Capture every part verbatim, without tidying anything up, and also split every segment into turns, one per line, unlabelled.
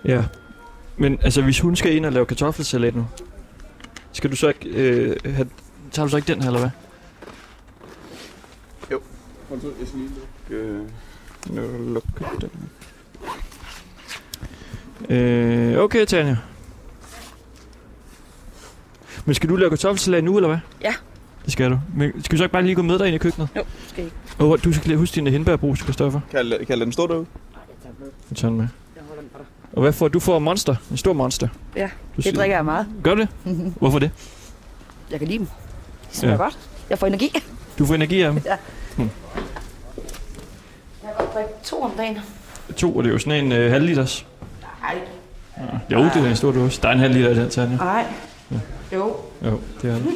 Ja. Men altså, hvis hun skal ind og lave kartoffelsalat nu, skal du så ikke... Øh, have, tager du så ikke den her, eller hvad?
Jo. Jeg skal lige lukke... Øh, lukke den.
Øh, okay, Tanja. Men skal du lave kartoffelsalat nu, eller hvad?
Ja.
Det skal du. Men skal vi så ikke bare lige gå med dig ind i køkkenet?
Jo, skal ikke.
Og du skal huske dine hindbærbrus, Kristoffer.
Kan jeg, kan jeg lade den stå derude?
Nej, jeg tager den med.
Jeg tager den med.
Jeg holder den for dig.
Og hvad får du? får monster? En stor monster?
Ja,
du
det
siger...
drikker jeg meget.
Gør det? Hvorfor det?
Jeg kan lide dem. Det smager ja. godt. Jeg får energi.
Du får energi af dem?
Ja.
Hmm.
Jeg kan godt drikke to om dagen.
To, og det er jo sådan en øh, halv liters.
Nej.
Ja, jo, det er en stor dåse. Der er en halv liter i den, Tanja.
Nej.
Ja.
Jo.
Jo, det er det.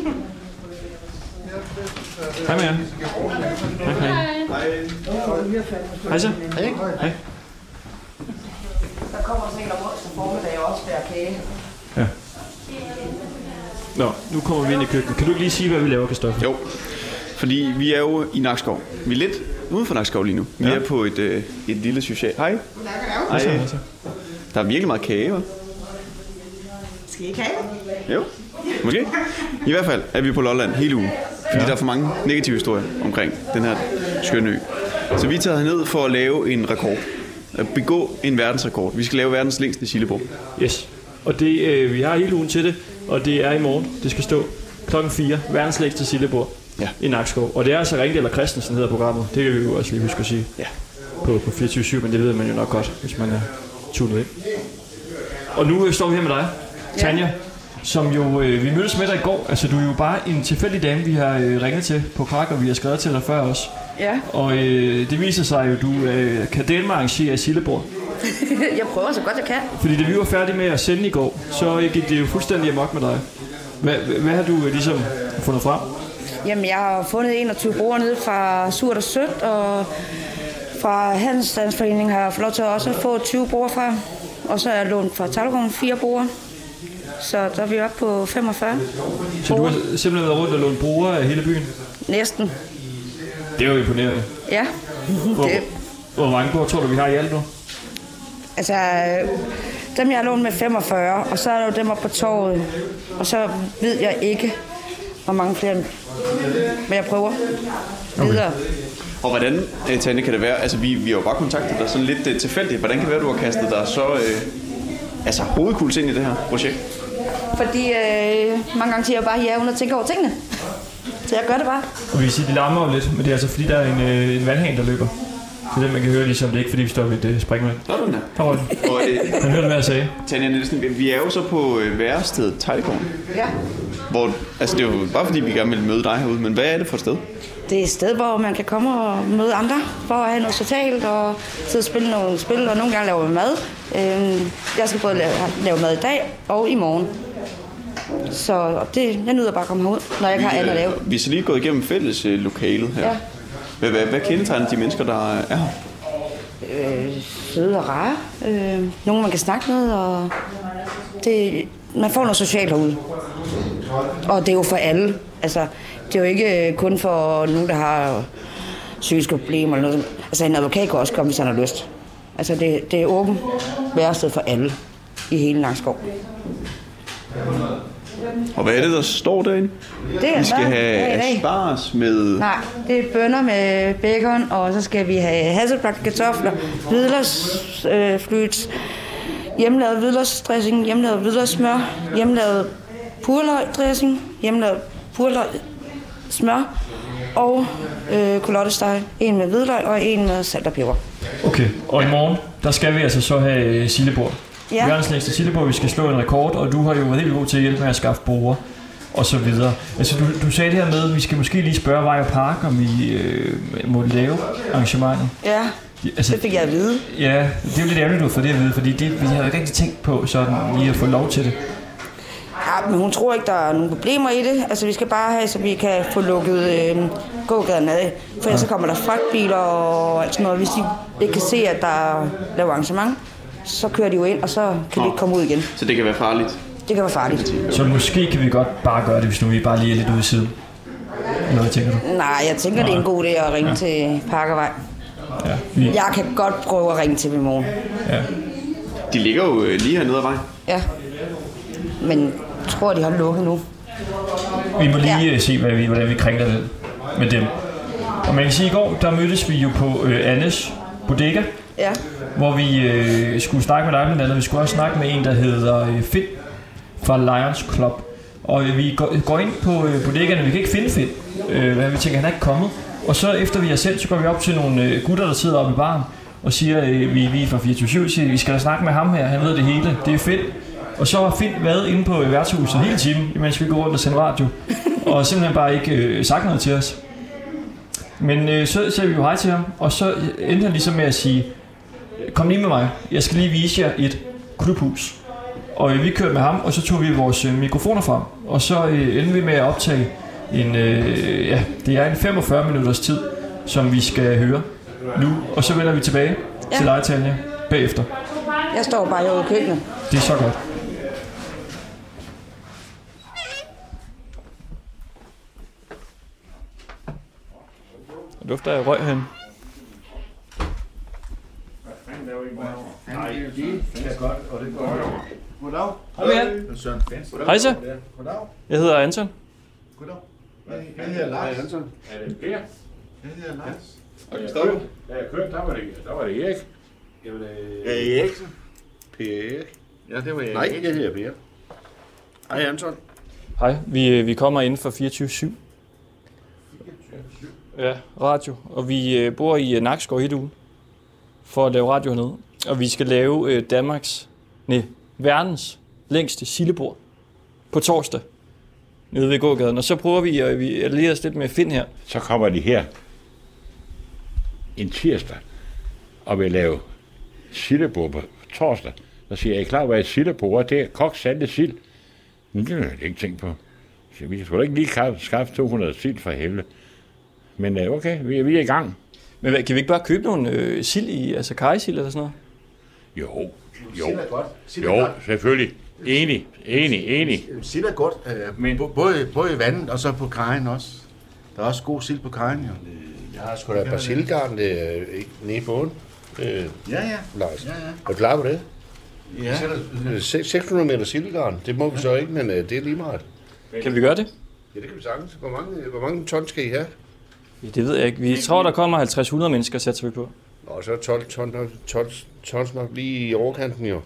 Hej med jer. Hej, hej. Hej så. Hej. Hej.
Der kommer sikkert om onsdag formiddag også der kage.
Ja. Nå, nu kommer vi ind i køkkenet. Kan du ikke lige sige, hvad vi laver, Kristoffer?
Jo, fordi vi er jo i Nakskov. Vi er lidt uden for Nakskov lige nu. Vi ja. er på et, øh, et lille social... Hej. Hej. Hej. Der er virkelig meget kage, hva'?
Skal I ikke have?
Jo, måske. I hvert fald er vi på Lolland hele ugen. Fordi ja. der er for mange negative historier omkring den her skønne ø. Så vi er taget herned for at lave en rekord. At begå en verdensrekord. Vi skal lave verdens længste sildebord.
Yes. Og det, øh, vi har hele ugen til det, og det er i morgen. Det skal stå klokken fire. Verdens længste sildebord
ja.
i Nakskov. Og det er altså Ringdal eller Christensen hedder programmet. Det kan vi jo også lige huske at sige
ja.
på, på fireogtyve syv, men det ved man jo nok godt, hvis man er tunet ind. Og nu øh, står vi her med dig, Tanja. Ja. Som jo, øh, vi mødtes med dig i går. Altså, du er jo bare en tilfældig dame, vi har øh, ringet til på Krak, og vi har skrevet til dig før også.
Ja.
Og øh, det viser sig jo, at du øh, kan dele med arrangere sildebord.
Jeg prøver så godt jeg kan.
Fordi da vi var færdige med at sende i går, så gik det jo fuldstændig amok med dig. Hvad, hvad har du øh, ligesom fundet frem?
Jamen, jeg har fundet enogtyve brugere nede fra Surt og Sødt, og fra Handelsstandsforeningen har jeg fået lov til at også få tyve brugere fra. Og så er jeg lånt fra Talgården fire brugere. Så der er vi oppe på femogfyrre.
Så du har simpelthen været rundt og lånt brugere af hele byen?
Næsten.
Det er jo imponerende.
Ja.
Hvor,
det.
hvor mange brugere tror du, vi har i alt nu?
Altså, dem jeg har lånt med femogfyrre, og så er der jo dem oppe på torvet. Og så ved jeg ikke, hvor mange flere, men jeg prøver okay. videre.
Og hvordan, Tanja, kan det være? Altså, vi, vi har jo bare kontaktet dig sådan lidt uh, tilfældigt. Hvordan kan det være, du har kastet dig så uh, altså, hovedkuls ind i det her projekt?
Fordi øh, mange gange siger jeg bare, ja, uden at tænke over tingene. Så jeg gør det bare.
Og vi kan sige, det larmer jo lidt, men det er altså fordi, der er en, øh, en vandhane, der løber. Så det man kan høre ligesom, det er ikke fordi, vi står ved et uh, springvand.
Sådan der.
Der var den. Man hørte, hvad jeg sagde.
Tanja Nielsen, vi er jo så på øh, værestedet Teglgården.
Ja.
Hvor, altså det er jo bare fordi, vi gerne vil møde dig herude, men hvad er det for et sted?
Det er et sted, hvor man kan komme og møde andre, for at have noget socialt og sidde og spille nogle spil, og nogle gange lave mad. Jeg skal både lave, lave mad i dag og i morgen. Så det, jeg nyder bare at komme herud, når jeg ikke har andet at lave.
Vi er så lige gået igennem fælles øh, lokalet her. Ja. Hvad, hvad, hvad kendetegner de mennesker, der er her?
Øh, søde og rare. Øh, nogle, man kan snakke med, og det, man får noget socialt herude. Og det er jo for alle. Altså, det er jo ikke kun for nogen, der har psykiske problemer eller noget. Altså, en advokat kan også komme, hvis han har lyst. Altså, det, det er åbent værested for alle i hele Nakskov.
Og hvad er det, der står derinde?
Det er
vi skal have asparges med...
Nej, det er bønner med bacon, og så skal vi have hasselbakke kartofler, hvidløgsflyt, øh, hjemmelavet hvidløgsdressing, hjemmelavet hvidløgssmør, hjemmelavet purløgdressing, hjemmelavet purløgssmør og øh, kulottesteg. En med hvidløg og en med salt og peber.
Okay, og i morgen, der skal vi altså så have sildebord.
Ja.
Verdens længste sildebord, vi skal slå en rekord, og du har jo været helt god til at hjælpe med at skaffe borde og så videre. Altså, du, du sagde det her med, at vi skal måske lige spørge Vej og Park, om I øh, må lave arrangementet.
Ja, altså, det fik jeg at vide.
Ja, det er jo lidt ærgerligt, du har fået det at vide, fordi det, vi har jo ikke rigtig tænkt på sådan lige at få lov til det.
Ja, men hun tror ikke, der er nogen problemer i det. Altså, vi skal bare have, så vi kan få lukket øh, gågaden af. For ellers ja. så kommer der fragtbiler og alt sådan noget. Hvis de ikke kan se, at der er lavet arrangement, så kører de jo ind, og så kan de ikke komme ud igen.
Så det kan være farligt?
Det kan være farligt.
Så måske kan vi godt bare gøre det, hvis nu vi bare lige er lidt ude i siden. Eller hvad tænker du?
Nej, jeg tænker, Nej. det er en god idé at ringe ja. til Parkervej.
Ja, vi...
Jeg kan godt prøve at ringe til dem i morgen.
Ja.
De ligger jo lige hernede ad vejen.
Ja. Men jeg tror, de har lukket nu.
Vi må lige
Ja.
se, hvad vi, hvordan vi kringler det med dem. Og man kan sige, at i går, der mødtes vi jo på øh, Annes Bodega,
Ja.
hvor vi øh, skulle snakke med dig blandt andet. Vi skulle også snakke med en, der hedder øh, Finn fra Lions Club. Og øh, vi går, går ind på øh, bodegaen, og vi kan ikke finde Finn. Øh, hvad vi tænker, han er ikke kommet. Og så efter vi har sendt, så går vi op til nogle øh, gutter, der sidder oppe i baren, og siger, øh, vi, vi er fra fireogtyve syv, siger, vi skal da snakke med ham her, han ved det hele. Det er Finn. Og så har Finn været inde på værtshuset hele timen, imens vi går rundt og sender radio. Og simpelthen bare ikke øh, sagt noget til os. Men øh, så sagde vi jo hej til ham, og så endte han ligesom med at sige, kom lige med mig, jeg skal lige vise jer et klubhus. Og øh, vi kørte med ham, og så tog vi vores øh, mikrofoner frem, og så øh, endte vi med at optage en, øh, ja, det er en femogfyrre minutters tid, som vi skal høre nu, og så vender vi tilbage ja. til dig, Tanja, bagefter.
Jeg står bare herude i køkkenet.
Det er så godt. Der dufter af røg hen.
Goddag.
Hej med Hej så. Jeg hedder Anton.
Goddag. Jeg hedder Lars. Anton.
Er det Per?
Jeg hedder Lars.
Og Kristoffer?
Da jeg kørte, der var det, der var det Erik.
Jamen, øh...
Ja, Eriksen. Per Erik.
Ja, det var jeg.
Nej, jeg hedder Per. Hej, Anton.
Hej, vi, vi kommer inden for fireogtyve syv. Ja, radio. Og vi øh, bor i øh, Nakskov hele ugen for at lave radio hernede. Og vi skal lave øh, Danmarks, nej, verdens længste sildebord på torsdag nede ved gågaden. Og så prøver vi, og vi allierer os lidt med Finn her.
Så kommer de her en tirsdag og vil lave sildebord på torsdag. Så siger jeg, er I klar, hvad et sildebord er? Det er kogt saltet sild. Men det har jeg ikke tænkt på. Så vi skulle ikke lige skaffe to hundrede sild for helvede. Men øh, okay, vi er, vi er i gang.
Men hvad, kan vi ikke bare købe nogle øh, sild i, altså kajsild eller sådan noget?
Jo, jo,
Sild er godt. Sild er
jo,
godt.
selvfølgelig. Enig, enig, enig.
Sild er godt. Øh,
Men-
både, både i vandet og så på kajen også. Der er også god sild på kajen, jo.
Jeg har sgu da et par sildgarn øh, nede i båden. Øh,
Ja, ja.
Lars.
Ja, ja.
Er du klar på det?
Ja.
Øh, seks- seks hundrede meter sildgarn. Det må vi så ikke, men øh, det er lige meget.
Kan vi gøre det?
Ja, det kan vi sagtens. Hvor mange, hvor mange ton skal I have?
Ja, det ved jeg ikke. Vi tror, der kommer halvtreds hundrede mennesker, sætter vi på.
Nå, så er tolv ton, tolv tons nok lige i overkanten, jo.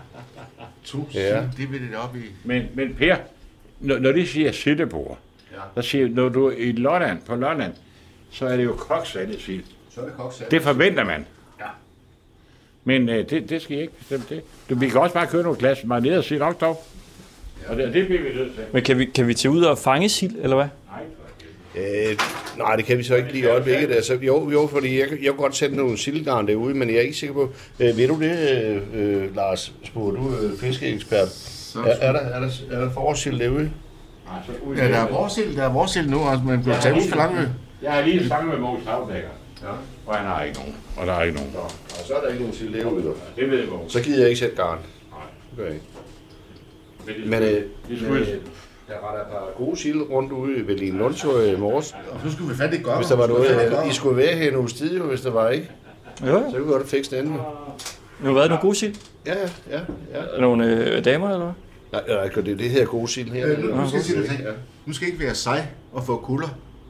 To
Ja.
sild, det vil det op i.
Men, men Per, når, når de siger sildebord,
Ja.
så siger når du er i Lolland, på Lolland, så er det jo kogt saltet sild.
Så er det kogt salt.
Det forventer man.
Ja.
Men øh, det, det skal I ikke bestemme det. Du, vi kan også bare købe nogle glas marineret sild også dog. Og det, det bliver vi nødt til.
Men kan vi, kan vi tage ud og fange sild, eller hvad?
Nej,
Øh, nej, det kan vi så ikke lige i øjeblikket. Altså, jo, jo, fordi jeg, jeg kunne godt sætte nogle sildgarn derude, men jeg er ikke sikker på... Øh, ved du det, øh, øh, Lars, spurgte du øh, fiskeekspert? Er, er, der, er, der, er der forårsild derude?
Ja, der er vores sild, der er vores sild nu, altså man kan tage ud for Langø.
jeg har lige snakket med Mogens Havdækker, ja. Og han har ikke nogen. Og der er ikke nogen.
Og så er der ikke nogen sild derude. Jo.
Det ved Mogens.
Så gider jeg ikke sætte garn.
Nej.
Okay.
Men, det,
Men øh,
det
men,
skulle,
øh, der var der et par gode sild rundt ude ved Lille Lundsjø i morges.
Og så skulle vi fandme ikke gøre.
Hvis der var noget, øh, I skulle være her en uges tid, jo, hvis der var ikke.
Jo, jo.
Så kunne vi godt fikse det andet.
Nu har været nogle gode sild.
Ja, ja, ja. ja.
Nogle øh, damer, eller hvad?
Nej, nej, det, det her gode sild her.
Øh, nu skal jeg sige dig ting. Nu skal ikke være sej og få kulder.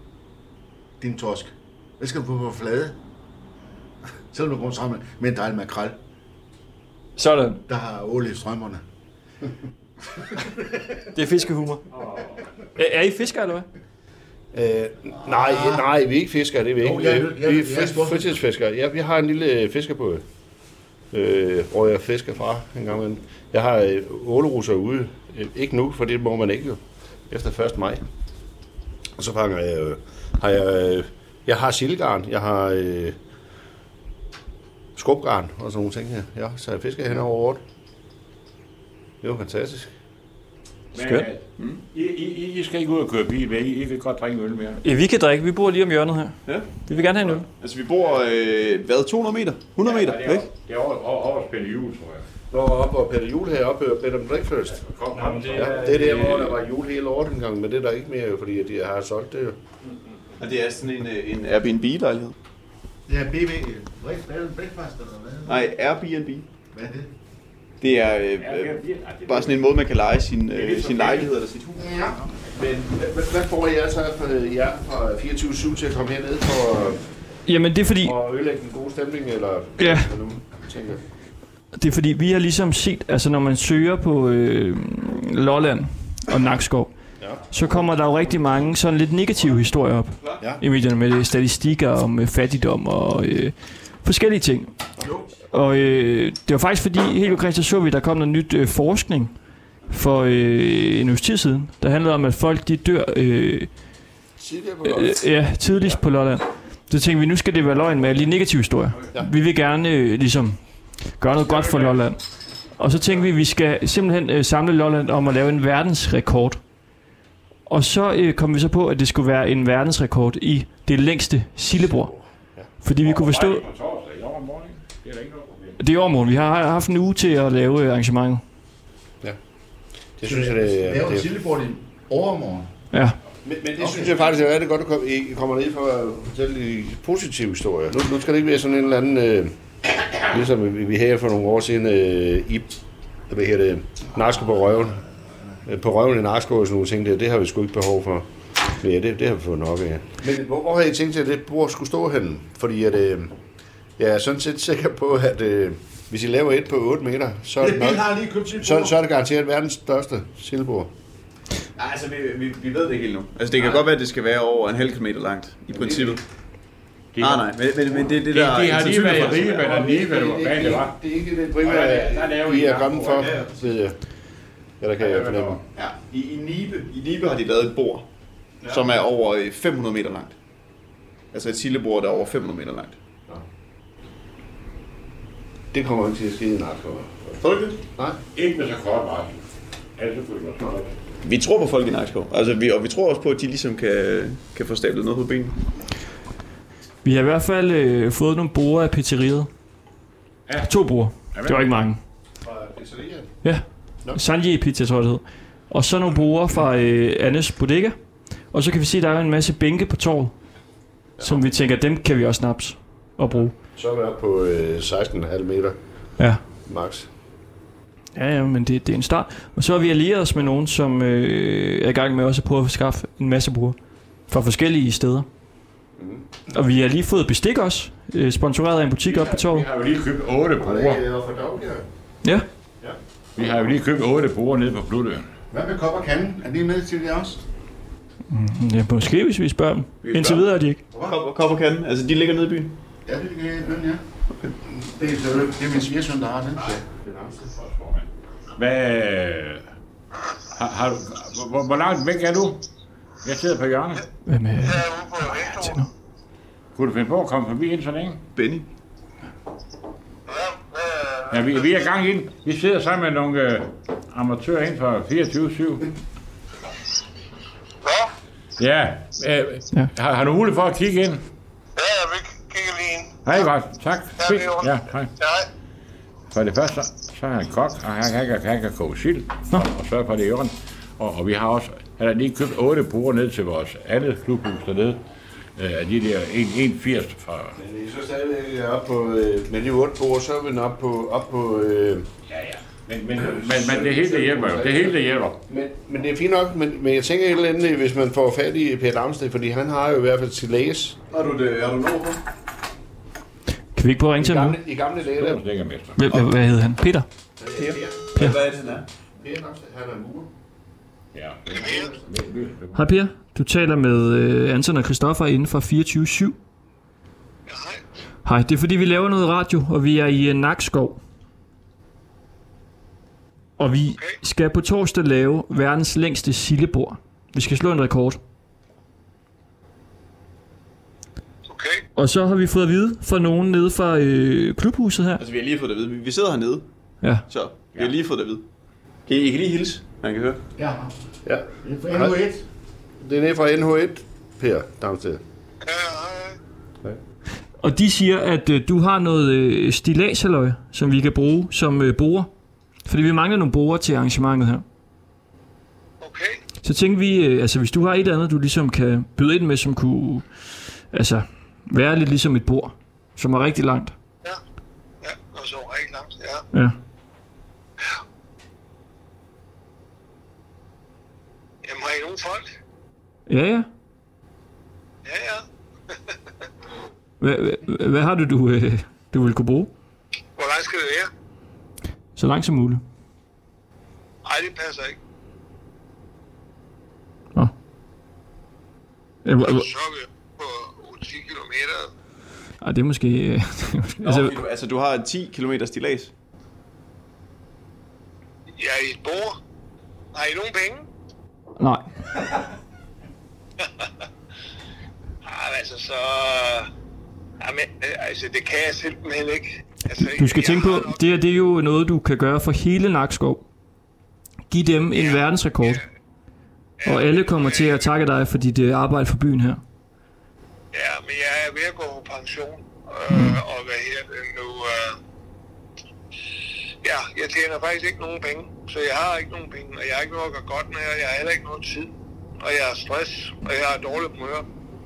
Din torsk. Hvad skal du få på flade? Selvom du går sammen med en dejlig makrel,
Sådan.
der har olie i strømmerne.
Det er fiskehumor. Er, er I fisker, eller hvad?
Øh, nej, nej, vi er ikke fiskere, det er vi ikke.
Jo, jeg- jeg-
vi er
jeg er
fri-
spurgt.
fritidsfiskere. Jeg, jeg har en lille fiskerbåd, øh, hvor jeg fisker fra en gang imellem. Jeg har øh, ålerusser ude. Øh, ikke nu, for det må man ikke jo. Efter første maj. Og så fanger jeg, øh, har jeg, øh, jeg har sildgarn, jeg har øh, skrubgarn og sådan nogle ting her. Ja, så jeg fisker hen over året. Det var fantastisk.
Skønt.
Men, I, I, I skal ikke ud og køre bil, men I, I kan godt drikke øl mere.
Ja, vi kan drikke. Vi bor lige om hjørnet her.
Ja.
Vi vil gerne have en øl.
Altså, vi bor, øh, hvad, to hundrede meter? hundrede meter,
Ja, det er,
ikke?
det er over, over, over spændt jul, tror jeg.
Nå, op og Peter Jul heroppe, og Bed and Breakfast.
Kom, kom, det
Ja, det er der, hvor der var jul hele året engang, men det er der ikke mere, jo, fordi de har solgt det jo.
Og det er sådan en, øh, en Airbnb-lejlighed.
Ja, B V. Breakfast eller hvad?
Nej, Airbnb.
Hvad er det?
Det er øh, øh, bare sådan en måde, man kan lege sin, øh, sin lejlighed eller sit hus.
Ja. Men hvad, hvad får jeg så for jer fra fireogtyve syv til at komme herned for
Jamen det er fordi...
at ødelægge den gode stemning, eller
Ja.
hvad nu tænker?
Det er fordi, vi har ligesom set, altså når man søger på øh, Lolland og Nakskov, ja. så kommer der jo rigtig mange sådan lidt negative historier op ja. i medierne med statistikker om øh, fattigdom og øh, forskellige ting. Og øh, det var faktisk fordi, helt konkret så så vi, der kom noget nyt øh, forskning for øh, en uges tid siden, der handlede om, at folk de dør øh, øh, ja, tidligst på Lolland. Så tænkte vi, nu skal det være løgn med alle de negative historier. Ja. Vi vil gerne øh, ligesom gøre noget godt for Lolland. Og så tænkte vi, at vi skal simpelthen øh, samle Lolland om at lave en verdensrekord. Og så øh, kom vi så på, at det skulle være en verdensrekord i det længste sildebord. Fordi vi kunne forstå... Det er i overmorgen. Vi har haft en uge til at lave arrangementet.
Ja. Det synes jeg, det er...
Lave en sildebord i overmorgen.
Ja.
Men, men det okay. synes jeg faktisk, det er det godt, at I kommer ned for at fortælle de positive historier. Nu, nu skal det ikke være sådan en eller anden... Øh, ligesom vi, vi havde for nogle år siden øh, i... Hvad hedder det? Narsko på røven. På røven i Narsko og sådan nogle ting der. Det har vi sgu ikke behov for. Men ja, det, det har vi fået nok af. Men hvor, hvor har I tænkt til, at det bord skulle stå henne? Fordi at... Øh, jeg er sådan set sikker på, at øh, hvis I laver et på otte meter, så er det, nok, så, så er det garanteret verdens største sildebord.
Nej, altså vi, vi, vi ved det ikke helt nu. Altså det kan nej. godt være, at det skal være over en halv kilometer langt, i princippet. Nej, nej, men, men, men det, det der...
De har lige været i Ribe, eller Nibe, eller hvad det var.
Det er ikke det primære, I er kommet for, ved jeg. Ja, der kan jeg fornemme.
Ja, i, i, Nibe, i Nibe har de lavet et bord, som er over fem hundrede meter langt. Altså et sildebord, der er over fem hundrede meter langt.
Det kommer ikke til at ske i Nakskov.
Tror du det?
Nej.
Ikke med så kort meget. Altså,
vi tror på folk i Nakskov. Altså, vi, og vi tror også på, at de ligesom kan, kan få stablet noget på benene.
Vi har i hvert fald øh, fået nogle borer af pizzeriet. Ja. To borer. Det var ikke mange.
Fra pizzeriet?
Ja. No. Sanji Pizza, tror jeg det hed. Og så nogle borer fra øh, Annes Bodega. Og så kan vi se, at der er en masse bænke på torvet, ja. som vi tænker, dem kan vi også snaps og bruge.
Så er vi oppe på øh, seksten komma fem meter.
Ja.
Max.
Ja, ja, men det, det er en start. Og så har vi allieret os med nogen, som øh, er i gang med også at prøve at skaffe en masse bruger fra forskellige steder. Mm. Og vi har lige fået bestik også, øh, sponsoreret af en butik op på torvet.
Vi har jo lige købt otte bruger.
Ja.
Ja. Vi har jo lige købt otte bruger nede på Blodøen.
Hvad med kop og kanden? Er de med til det også?
Mm, ja, måske hvis vi spørger dem. Vi Indtil videre er de ikke.
Kop, kop og kanden? Altså de ligger nede i byen?
Ja, det ligger i byen, ja. Okay. Det, er, det er min svigersøn, der har det. Ja.
Hvad... Har, har du, hvor, hvor langt væk er du? Jeg sidder på hjørnet.
Hvem er det?
Ja, nu. Kunne du finde på at komme forbi ind så længe?
Benny.
Ja, vi, vi er i gang ind. Vi sidder sammen med nogle øh, amatører ind fra fireogtyve syv. Ja, øh, ja. Har, har du mulighed for at kigge ind?
Ja, jeg vil kigge lige ind.
Hej, godt. Tak.
Ja,
ja, hej.
Ja, hej.
For det første, så er han kok, og han, han, han, han kan koge sild, og, og sørge for det i øren. Og, og vi har også, han har lige købt otte borer ned til vores andet klubhus dernede. Af de der en komma firs fra...
Men I så stadigvæk oppe på... Øh, med de otte borer, så er vi oppe på... Op på øh...
Ja, ja. Men, men, men, men det hele det hjælper jo. Det hele det hjælper.
Men, men det er fint nok, men, men jeg tænker et eller andet, hvis man får fat i Per Damsted, fordi han har jo i hvert fald til læges.
Har du det? Har du noget på?
Kan vi ikke prøve at ringe til ham nu?
I gamle læge der.
Hvad, hvad, hvad hedder han? Peter?
Per. Per. Hvad er det, han er?
Per Damsted, han er en murer.
Ja.
Hej Per, du taler med øh, Anton og Christoffer inden for fireogtyve syv.
Ja, hej.
Hej, det er fordi vi laver noget radio, og vi er i uh, Nakskov. Og vi okay. skal på torsdag lave verdens længste sildebord. Vi skal slå en rekord.
Okay.
Og så har vi fået at vide fra nogen nede fra øh, klubhuset her.
Altså vi har lige fået det at vide. Vi sidder hernede.
Ja.
Så vi har lige fået det at vide. Kan I, I kan lige hilse, man kan høre.
Ja.
Ja.
Det er fra N H et.
Det er nede fra N H et, Per Damsted.
Ja, hej.
Og de siger, at øh, du har noget øh, stilladshaløj, som vi kan bruge som øh, borer. Fordi vi mangler nogle borer til arrangementet her.
Okay.
Så tænkte vi, øh, altså hvis du har et eller andet, du ligesom kan byde ind med, som kunne altså, være lidt ligesom et bord, som er rigtig langt.
Ja, ja, og så rigtig langt, ja.
Ja. Ja, ja.
Ja, ja.
Hvad, hvad, hvad har du, du, øh, du vil kunne bruge?
Hvor langt skal det være?
Så langt som muligt.
Nej, det passer ikke.
Nå. Ja, hvor, hvor,
Så er vi på ti kilometer.
ej, det er måske... Øh,
Nå,
altså,
du, altså, du har ti kilometer stillads.
Jeg er i et bord. Har I nogen penge?
nej.
Ah, altså så... Jamen, altså, det kan jeg simpelthen ikke. Altså,
Du skal
jeg
tænke
har
på,
nok-
det her det er jo noget, du kan gøre for hele Nakskov. Giv dem en verdensrekord. Og alle kommer til at takke dig for dit øh, arbejde for byen her.
Ja, men jeg er ved at gå på pension. Øh, og hvad her det nu... Øh, ja, jeg tjener faktisk ikke nogen penge. Så jeg har ikke nogen penge, og jeg har ikke noget at gøre godt med, og jeg har heller ikke noget tid. Og jeg har stress, og jeg har dårligt humør.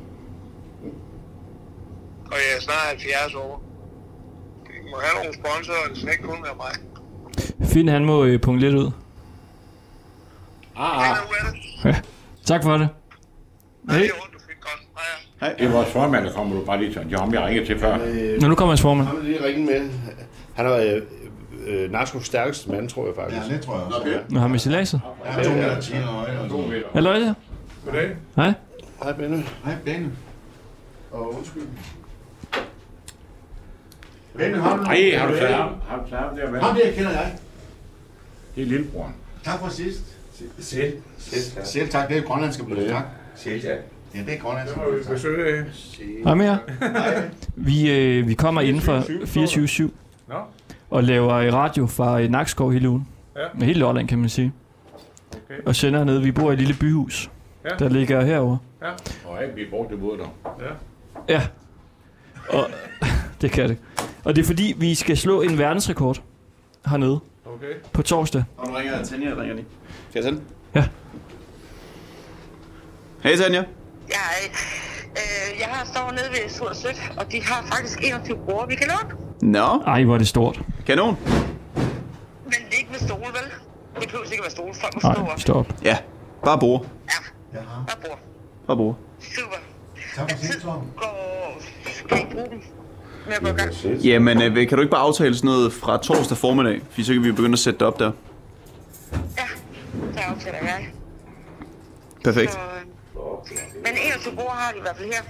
Og jeg er snart halvfjerds år. I må have nogle sponsorer, det skal ikke kun være mig.
Finn, han må øh, punge lidt ud.
Ah, ah.
Ja. Tak for det.
Nej,
Hey.
det er ondt, du fik godt. Hej, ja.
Det er vores formand, der kommer du bare lige til. Det er ham, jeg ringede til før.
Nå, nu kommer hans formand.
Han vil lige ringe med. Han er øh, øh, Narskovs stærkeste mand, tror jeg faktisk.
Ja, det tror jeg også. Okay.
Nu har vi stiladset.
Ja, to meter ti og to meter.
Hallo, ja.
Goddag.
Hej.
Hej, Benny.
Hej, Benny. Og undskyld. Benny, har du noget?
Nej, har du taget ham? Har du taget ham der med?
Ham der kender jeg.
Det er lillebroren.
Tak for sidst.
Selv. Selv.
Selv tak, det er grønlandske blod, tak.
Selv, ja.
Ja, det er grønlandske
Så må vi
blod, tak.
besøge af.
Hej med jer. Vi, øh, vi kommer inden for fireogtyve syv
Nå.
og laver øh, radio fra øh, Nakskov hele ugen.
Ja.
Med hele Lolland, kan man sige.
Okay.
Og sender ned. Vi bor i et lille byhus,
Ja.
der ligger herovre.
Ja.
Og ikke blive brugt imod dig.
Ja.
Ja. Og det kan det. Og det er fordi, vi skal slå en verdensrekord hernede
Okay.
på torsdag.
Og nu ringer Tanja, ringer lige. Skal jeg sende?
Ja.
Hej Tanja.
Ja, øh, jeg har stået nede ved Sur og Sødt, og de har faktisk enogtyve brugere, vi kan låne.
Nå,
Ej, hvor er det stort.
kanon.
Men det er ikke med stole, vel? Det behøver ikke at være stole. Folk må stå
Nej,
op.
stop.
Ja, bare bord.
Ja, bare bord.
Bare bord.
Super.
Tak for
Hvad tid
sidst, Tom.
går... Skal I bruge dem? Med at gå i gang?
Jamen, øh, kan du ikke bare aftale sådan noget fra torsdag formiddag? For så kan vi begynde at sætte det op der.
Ja, så aftaler jeg.
Perfekt.
Så, øh, men enogtyve brugere har de i hvert fald her.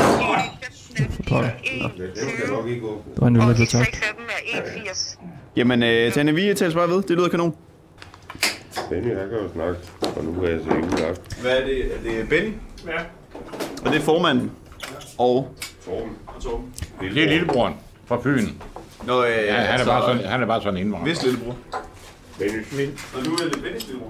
pokker.
enogtyve,
Det var en øl, der
og
blev
de
tabt.
seks af dem er enogfirs.
Jamen, øh, Tanja, vi tales bare ved. Det lyder kanon.
Benny, jeg kan jo snakke, og nu er jeg så ingen aften.
Hvad er det? Er det Benny?
Ja.
Og det er formanden. Og...
Torben.
Torben.
Det er lillebroren fra Fyn.
Nå, øh,
Ja, han, er bare sådan, han er bare sådan en indvandrer.
Vist lillebror.
Benny.
Og nu er det Bennys lillebror.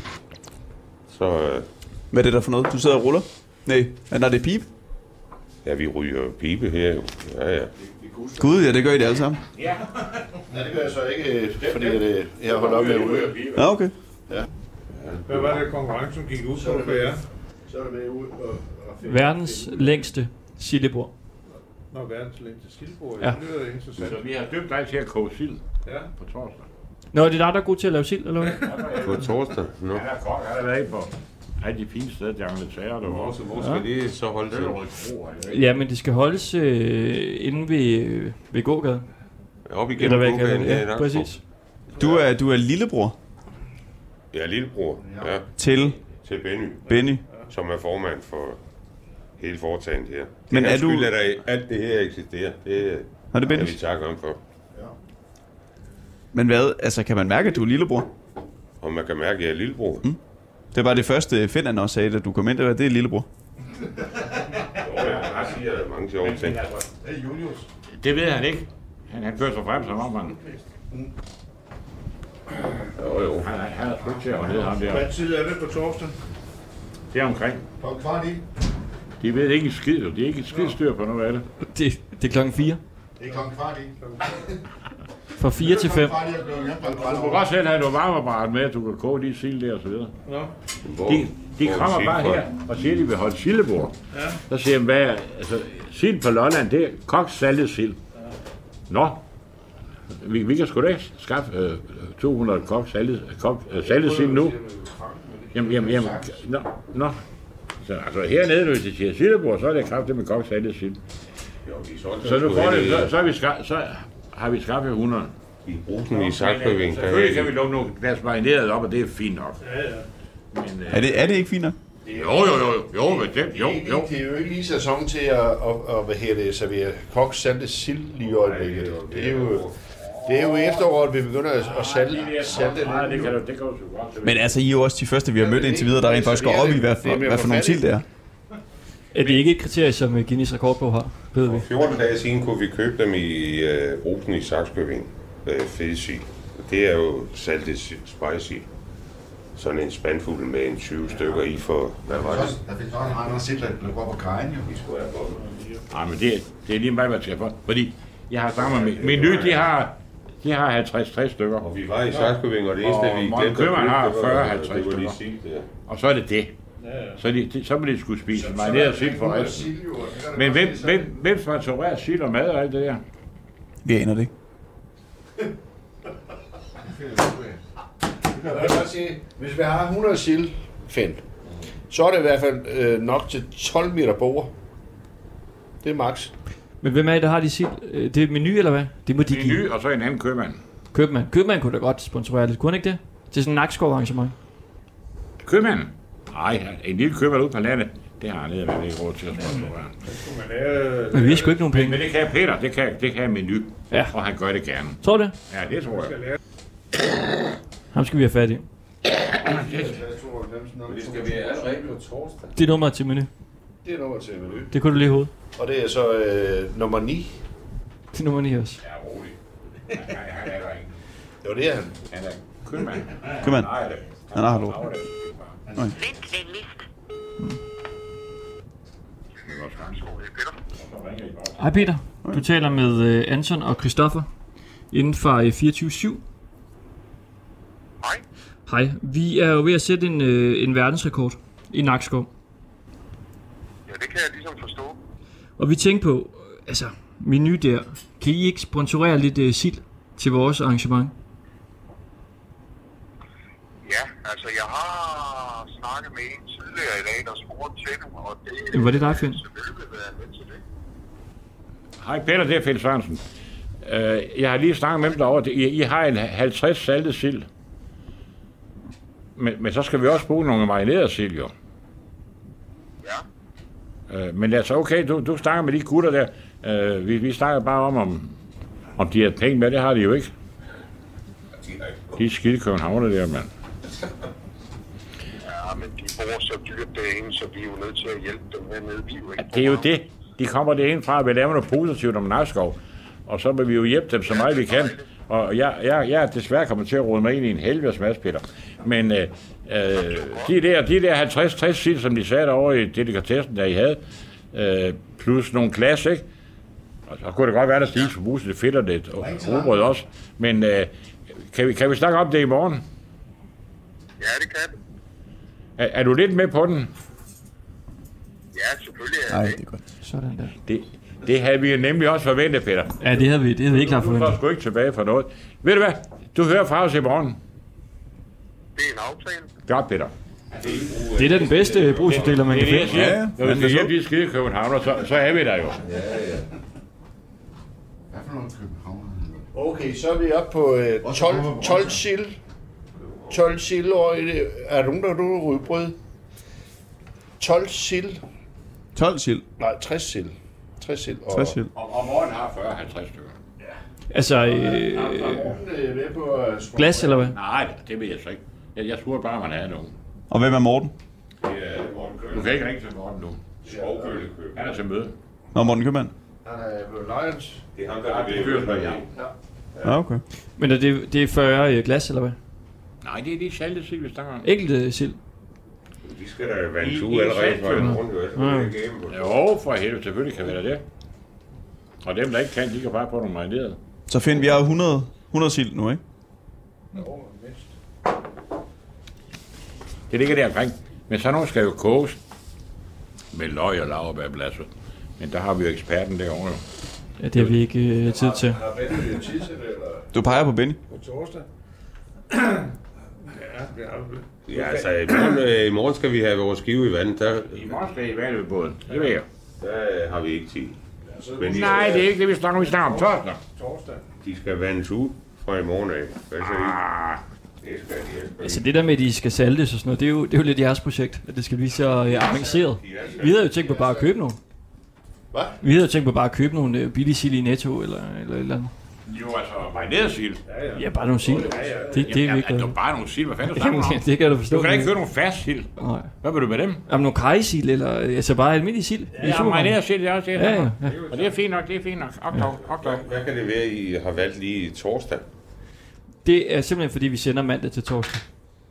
Så øh,
Hvad er det der for noget? Du sidder og ruller? Nej, ja, nej, det er pipe.
ja, vi ryger pibe her jo. Ja, ja.
Gud, ja, det gør I det alle sammen.
Ja, det gør jeg så ikke, øh, fordi det, jeg holder op med at ryge.
Ja, okay.
Hvad var det, konkurrencen gik ud på for jer?
Så er det med ud og, og finde.
Verdens længste sildebord.
Nå, verdens længste skildbord.
Ja.
Ja. Det lyder interessant.
Så vi har døbt dig til at koge sild
Ja.
på torsdag.
Nå, er det dig, der er god til at lave sild, eller hvad?
På torsdag. Nå.
Han er kok, han har været på alle de fine steder, der Angleterre, der var også.
Hvor skal det så holde til?
Ja, men det skal holdes øh, inde ved, øh, ved gågaden.
Op
Eller
igennem
hvad kan
gågaden
det?
her i
Ja,
Nakskov.
præcis.
Du er, du er lillebror
Jeg er lillebror, ja,
til
til Benny,
Benny.
som er formand for hele foretagendet her. Det
Men er
hans
du-
skyld, at der alt det her eksisterer. Det
Har det
kan
Benny?
vi takke om for.
Men hvad, altså kan man mærke, at du er lillebror?
Og man kan mærke, at jeg er lillebror. Mm.
Det var det første, Finn han også sagde, da du kom ind, det var, det er lillebror.
Jeg siger, at der er mange sjove ting.
Det ved han ikke. Han, han fører sig frem som om han...
Jo, jo.
Han, han er sgu ikke til at holde ned ham der.
Hvad tid er det på torsdag?
Det er omkring.
Klokken kvart i.
De ved ikke en skid, jo. De er ikke et skid styr på noget af det.
Det, det er klokken fire.
Det er klokken kvart i.
Fra fire til fem.
Kvart i og klokken
Du kan godt selv have noget varmeapparat med, at du kan koge de sild der og så videre.
Nå.
Hvor,
De, de
hvor
kommer
sild
bare
fra?
her og siger, at de vil holde sildebord.
Ja.
Så siger de, hvad er, altså, sild på Lolland, det er kogt saltet sild. Nå, vi, vi kan sgu da ikke skaffe øh, to hundrede kogt saltet, kogt, øh, saltet sild nu. Jamen, jamen, jamen, nå, nå. Så altså hernede, hvis de siger sildebord, så er det kraftigt med kogt saltet sild. Så nu får det, så, så, er vi ska, så har vi skaffet hundrede.
I Brugsen i Saxkøbing.
Selvfølgelig kan vi lukke nogle glas marineret op, og det er fint nok. Men, øh,
Er det, er det ikke fint nok?
jo, jo, jo, jo, men det, jo, jo.
Det er jo ikke lige sæson til at, at, at hvad her det, servere kogt saltet sild lige i øjeblikket. Det er jo, det er jo efteråret, vi begynder at, at salte, salte
Nej, det kan du, det kan du godt.
Men altså, I er jo også de første, vi har mødt indtil videre, der rent faktisk går op i, hvad for, hvad for nogle sild det er.
Er det ikke et kriterie, som Guinness rekordbog har, ved vi?
For fjorten dage siden kunne vi købe dem i uh, Brugsen i Saxkøbing. Uh, Fedesild. Det er jo saltet spicy. Sådan en spandfugl med en tyve stykker i for, hvad var det?
Der findes også andre sild, der går på kajen, jo.
Vi skulle have på.
Nej, men det, det er lige meget, hvad jeg skal for. Fordi jeg har sammen med Meny, de har, de har halvtreds tres stykker.
Og vi var i Saxkøbing, og det eneste,
Og
vi
Morten
glemte
Købmann har
det var-
fyrre
det
halvtreds
var lige
stykker.
sild, ja.
Og så er det det. Så, de, de, så må de skulle spise marineret sild for resten. Men hvem, hvem, hvem sponsorerer sild og mad og alt det der?
Vi aner det ikke.
Jeg vil bare sige, hvis vi har hundrede sild, find, så er det i hvert fald øh, nok til tolv meter bord. Det er max.
Men hvem er det, der har de sild? Øh, Det er Meny, eller hvad? Det må de give.
Meny, og så en anden købmand.
Købmand. Købmand kunne da godt sponsorere lidt, kunne han ikke det? Til sådan en Nakskov arrangement.
Købmanden? Nej, en lille købmand ude på landet, det har han nede med ikke råd til at sponsorere.
Men vi har sgu ikke nogen penge.
Men det kan Peter, det kan, det kan Meny,
Ja.
og han gør det gerne.
Tror du det?
Ja, det tror jeg.
Ham skal vi have fat i.
Men det skal vi allerede på torsdag.
Det er nummeret til Meny.
Det er nummer til Meny.
Det kunne du lige i hovedet.
Og det er så øh, nummer ni.
Det er nummer ni også.
Ja, roligt. Han er, han er der ikke.
Jo, det er han.
Han er købmand.
Købmand.
Nej, det.
Han har lov.
Vent venligst.
Hej Peter. Du taler med øh, Anton og Christoffer inden for øh, fireogtyve syv.
Hej.
Hej. Vi er jo ved at sætte en, øh, en verdensrekord i Nakskov.
Ja, det kan jeg ligesom forstå.
Og vi tænkte på, øh, altså, Meny der. Kan I ikke sponsorere lidt øh, sild til vores arrangement?
Ja, altså jeg har snakket med en tidligere i dag, der spurgte til dem, og det
Jamen, var det dig, Finn?
selvfølgelig vil være med til det.
Hej Peter, det er Finn Sørensen. Uh, jeg har lige snakket med dem derovre. I, I har en halvtreds saltet sild. Men, men så skal vi også bruge nogle marinerede sild, jo.
Ja.
Uh, men altså, okay, du, du snakker med de gutter der. Uh, vi, vi snakker bare om, om, om de har penge med. Det har de jo ikke. De er skide københavner der, mand.
Ja, men de bor så dyrt derinde, så vi er jo nødt til at hjælpe dem hernede. Vi er jo ikke
Det er jo det. De kommer derhen fra, at vi laver noget positivt om Nakskov. Og så vil vi jo hjælpe dem så meget vi kan. Og jeg, jeg, jeg er desværre kommet til at rode mig ind i en helvedes masse, Peter. Men øh, øh, de der, de der halvtreds tres sild, som de satte over i delikatessen, der I havde, øh, plus nogle glas, ikke? Og så kunne det godt være, der stiges for bussen, det fedter det, og rugbrød også. Men øh, kan, vi, kan vi snakke om det i morgen?
Ja, det kan det.
Er, er du lidt med på den?
Ja, selvfølgelig er
Nej,
det.
det er godt.
Sådan der.
Det, det havde vi jo nemlig også forventet, Peter.
Ja, det havde vi, det havde vi ikke klart
Du får
forventet.
sgu ikke tilbage for noget. Ved du hvad? Du hører fra os i morgen.
Det er en aftale.
Godt, Peter.
Det er da den bedste brugsopdeler, man
Det
kan
er det, jeg
finde.
siger.
Ja, ja.
Når vi skal hjælpe de skide københavner, så, så er vi der jo.
Hvad for nogle københavner?
Okay, så er vi oppe på øh, tolv, tolv sild. tolv sild, og øh, er der nogen, der har rødbrød? tolv sild.
tolv sild.
Nej, tres sild. tres sild. Og,
tres sild.
Og, og morgen har fyrre halvtreds stykker.
Altså, øh,
øh, med på, øh,
glas eller hvad?
Nej, det ved jeg så ikke. Jeg, jeg spurgte bare, om man havde nogen.
Og hvem er Morten?
Det er Morten Køben. Du kan ikke ringe til Morten nu. Sprogkølekøb. Han er til møde.
Nå, Morten Købmann.
Han er på Lions.
Det er ham,
Ja,
der
det
er
kører så, ja.
Ja, okay.
Men er det, det er fyrre øh, glas eller hvad?
Nej, det er de salte sild, vi snakker om.
Enkelte sild.
De skal da være en
I-
tur
I
allerede
salg,
for en
jo.
runde, ellers må det ikke game på.
Jo, for helvede, selvfølgelig kan vi da det. Og dem, der ikke kan, de kan bare få nogle marinerede.
Så find, vi har hundrede, hundrede sild nu, ikke?
Det ligger der omkring. Men så nogle skal jo koges med løg og laurbærblasse. Men der har vi jo eksperten derovre.
Ja, det har vi ikke øh, tid til.
Har Benny det tisse, eller
Du peger på Benny.
på torsdag?
Ja, det er det.
Ja, altså i morgen, øh, i morgen skal vi have vores skive i vandet. Der,
I morgen skal I være ved båden. Det ved jeg.
der har vi ikke tid. Men de
Nej,
skal,
det er ikke det, vi snakker om. Vi snakker om torsdag.
de skal vandes ud fra i morgen af. Hvad så
Ah,
det skal de.
Altså det der med, at de skal saltes og sådan noget, det er jo, det er jo lidt jeres projekt, at det skal blive så øh, avanceret. Vi havde jo tænkt på bare at købe nogle.
Hvad?
Vi havde jo tænkt på bare at købe nogle øh, billige sild i Netto eller eller et eller andet.
jo, altså, marineret sild.
Ja, bare nogle sild. Det, det er
Jamen,
vigtigt.
det er bare nogle sild. Hvad fanden du snakker om?
Det kan du forstå.
Du kan da ikke købe nogle fast sild.
Nej.
Hvad vil du med dem?
Jamen nogle kajsild eller altså bare almindelig sild.
Ja, marineret sild, det er også det.
Ja, ja, ja.
Og det er fint nok, det er fint nok. Oktober, oktober.
Hvad kan det være, I har valgt lige i torsdag?
Det er simpelthen fordi vi sender mandag til torsdag.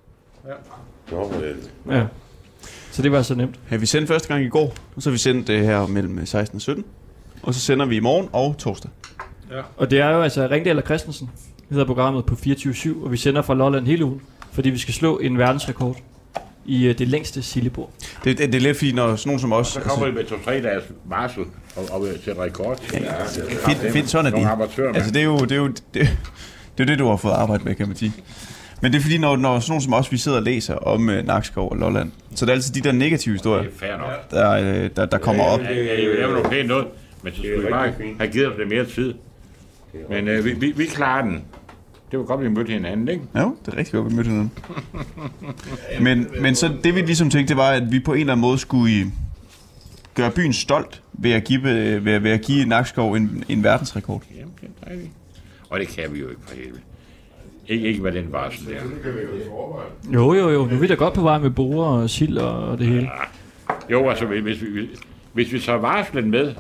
Nå, vel.
Ja. Så det var så nemt.
Ja, vi sendte første gang i går, og så har vi sendt det her mellem seksten og sytten. Og så sender vi i morgen og torsdag.
Og det er jo altså Ringdal og Christensen, hedder programmet på fireogtyve syv, og vi sender fra Lolland hele ugen, fordi vi skal slå en verdensrekord i uh, det længste sildebord.
Det, det, det er lidt fint, når sådan nogen som os...
Så kommer det med to-tre dages varsel og, og sætter rekord.
Ja, fint, fint, sådan er
Nogle
de.
amatører,
Altså det er jo det, er jo, det, det, det, er det du har fået arbejde med, kan man sige. Men det er fordi, når, når sådan nogen som os, vi sidder og læser om uh, Nakskov og Lolland, så det er altid de der negative historier,
det er fair nok.
der, uh, der, der kommer op.
Ja, ja, ja, jeg vil nok pænt noget, men så skulle vi bare have givet dem mere tid. Men øh, vi, vi, vi klarer den. Det var godt, vi mødte hinanden, ikke?
Jo, det er rigtig godt, vi mødte hinanden. men, men så det vi ligesom tænkte, det var, at vi på en eller anden måde skulle i, gøre byen stolt ved at give, ved, ved at give Nakskov en, en verdensrekord.
Jamen, det er dejligt. Og det kan vi jo ikke for helvede. Ikke, ikke med den varsel der.
Jo, jo, jo. Nu er vi da godt på vej med borer og sild og det hele.
Jo, altså, hvis vi, hvis vi tager varslen med,